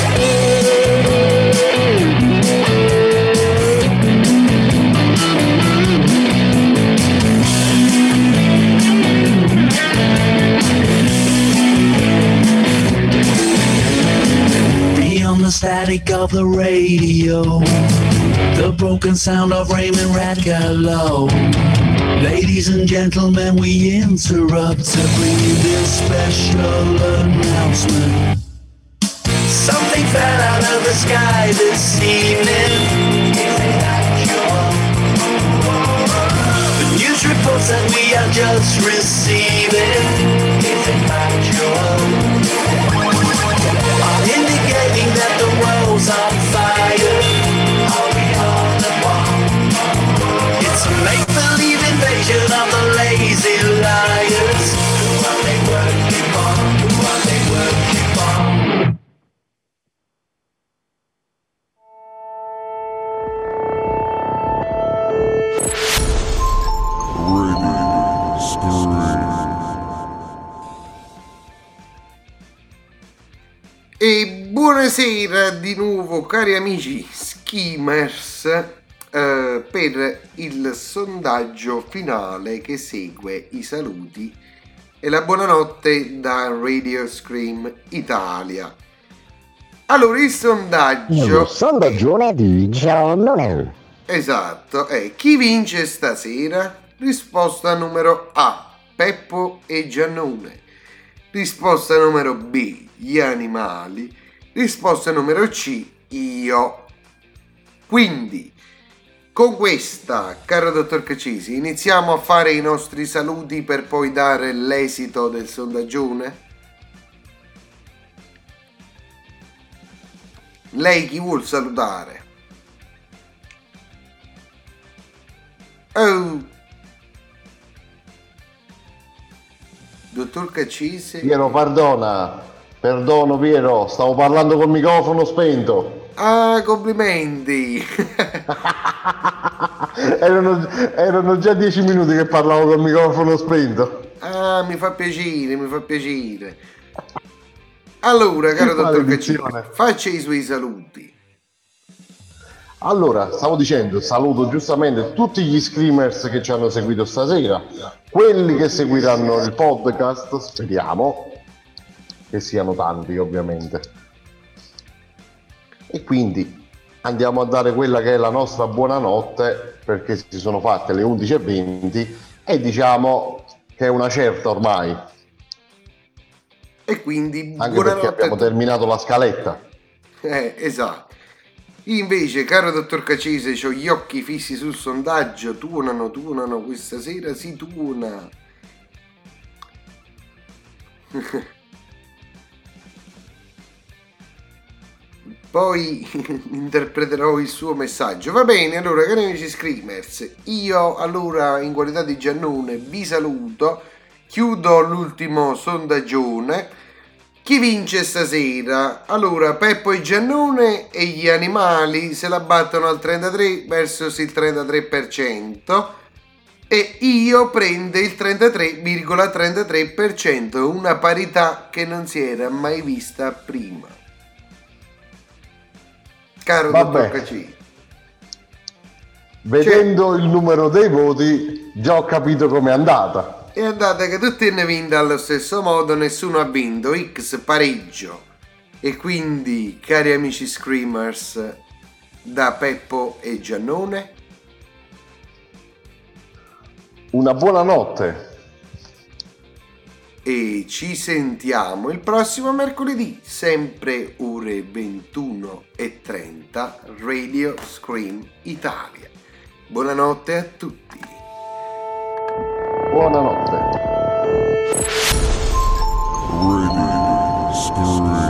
Beyond the static of the radio, the broken sound of Raymond Radcallow. Ladies and gentlemen, we interrupt to bring you this special announcement. Something fell out of the sky this evening. Is it actual? The news reports that we are just receiving. Is it factual? Are indicating that the world's on fire. Are we all at one? It's a make-believe invasion of the lazy liars. Who are they working on? Who are they working on? E buonasera di nuovo cari amici skimmers eh, per il sondaggio finale che segue i saluti e la buonanotte da Radio Scream Italia. Allora il sondaggio Il sondaggione di Giannone. esatto è: chi vince stasera? Risposta numero A, Peppo e Giannone. Risposta numero B, gli animali. Risposta numero C, io. Quindi, con questa, caro dottor Caccesi, iniziamo a fare i nostri saluti per poi dare l'esito del sondaggione? Lei chi vuol salutare? Oh! Dottor Caccese? Piero, perdona. Perdono, Piero, stavo parlando col microfono spento. Ah, complimenti. erano, erano già dieci minuti che parlavo col microfono spento. Ah, mi fa piacere, mi fa piacere. Allora, caro dottor Caccione, faccia i suoi saluti. Allora, stavo dicendo, saluto giustamente tutti gli screamers che ci hanno seguito stasera, quelli che seguiranno il podcast, speriamo che siano tanti ovviamente. E quindi andiamo a dare quella che è la nostra buonanotte, perché si sono fatte le undici e venti e diciamo che è una certa ormai. E quindi anche perché abbiamo terminato la scaletta. Eh, esatto. Io invece, caro dottor Cacese, ho gli occhi fissi sul sondaggio, tuonano, tuonano, questa sera si tuona. Poi interpreterò il suo messaggio. Va bene, allora, cari amici screamers, io allora in qualità di Giannone vi saluto, chiudo l'ultimo sondaggione. Chi vince stasera? Allora, Peppo e Giannone e gli animali se la battono al trentatré versus il trentatré per cento e io prendo il trentatré virgola trentatré per cento, una parità che non si era mai vista prima. Caro dottor Cacci, vedendo cioè, il numero dei voti già ho capito com'è andata. È andata che tutti hanno vinto allo stesso modo, nessuno ha vinto, X pareggio. E quindi, cari amici screamers, da Peppo e Giannone, una buona notte. E ci sentiamo il prossimo mercoledì, sempre ore ventuno e trenta, Radio Scream Italia. Buonanotte a tutti. Buonanotte. Radio Scream.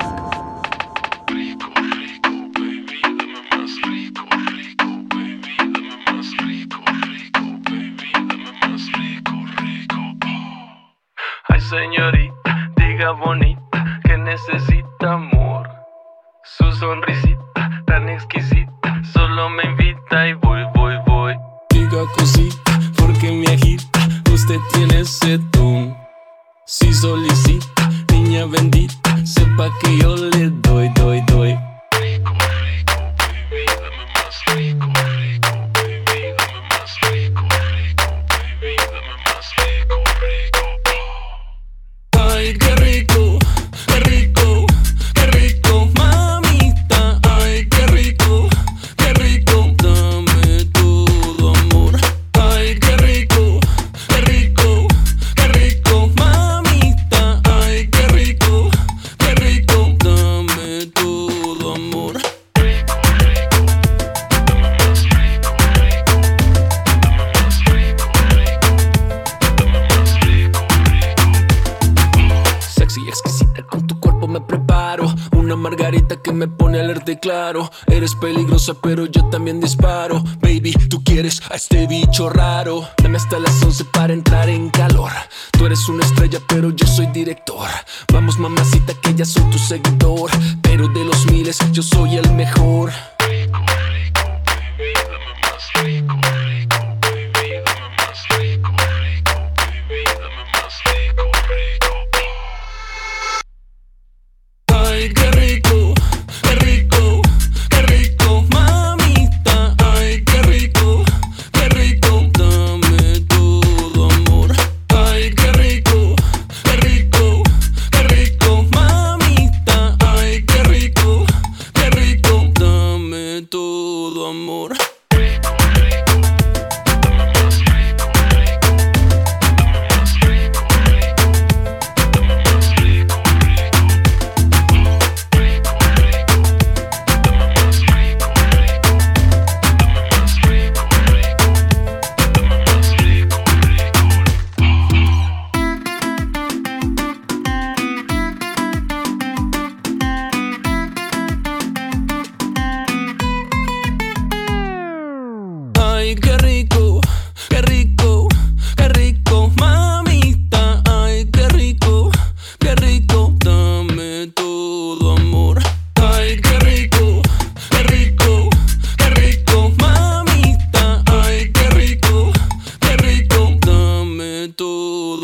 Señorita, diga bonita que necesita amor. Su sonrisita tan exquisita solo me invita y voy, voy, voy. Diga cosita porque me agita, usted tiene ese don. Si solicita, niña bendita, sepa que yo le doy, doy, doy. Rico, rico, baby, dame más rico, rico, baby, dame más rico, rico, baby, dame más rico, rico. Ay, qué rico, qué rico, qué rico, mamita. Ay, qué rico, qué rico, dame todo amor. Ay, qué rico, qué rico, qué rico, mamita. Ay, qué rico, qué rico, dame todo amor. Rico, rico, dame más rico, rico, dame más rico, rico, dame más rico, rico. Sexy, exquisita, con tu cuerpo me preparo. Una margarita que me pone alerta y claro. Eres peligrosa pero yo también disparo. Baby, tú quieres a este bicho raro. Dame hasta las once para entrar en calor. Tú eres una estrella pero yo soy director. Vamos mamacita que ya soy tu seguidor. Pero de los miles yo soy el mejor. Rico, rico, baby, dame más rico, rico, baby, dame más rico, rico, baby, dame más rico, rico. Ay, qué rico, qué rico, qué rico, mamita. Ay, qué rico, qué rico, dame todo amor. Ay, qué rico, qué rico, qué rico, mamita. Ay, qué rico, qué rico, dame todo amor. Rico, rico, dame más rico, rico, dame más rico, rico,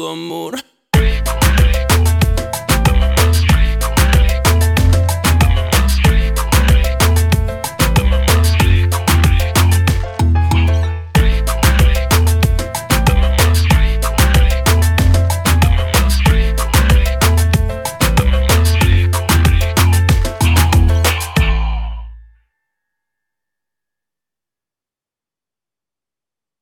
amor.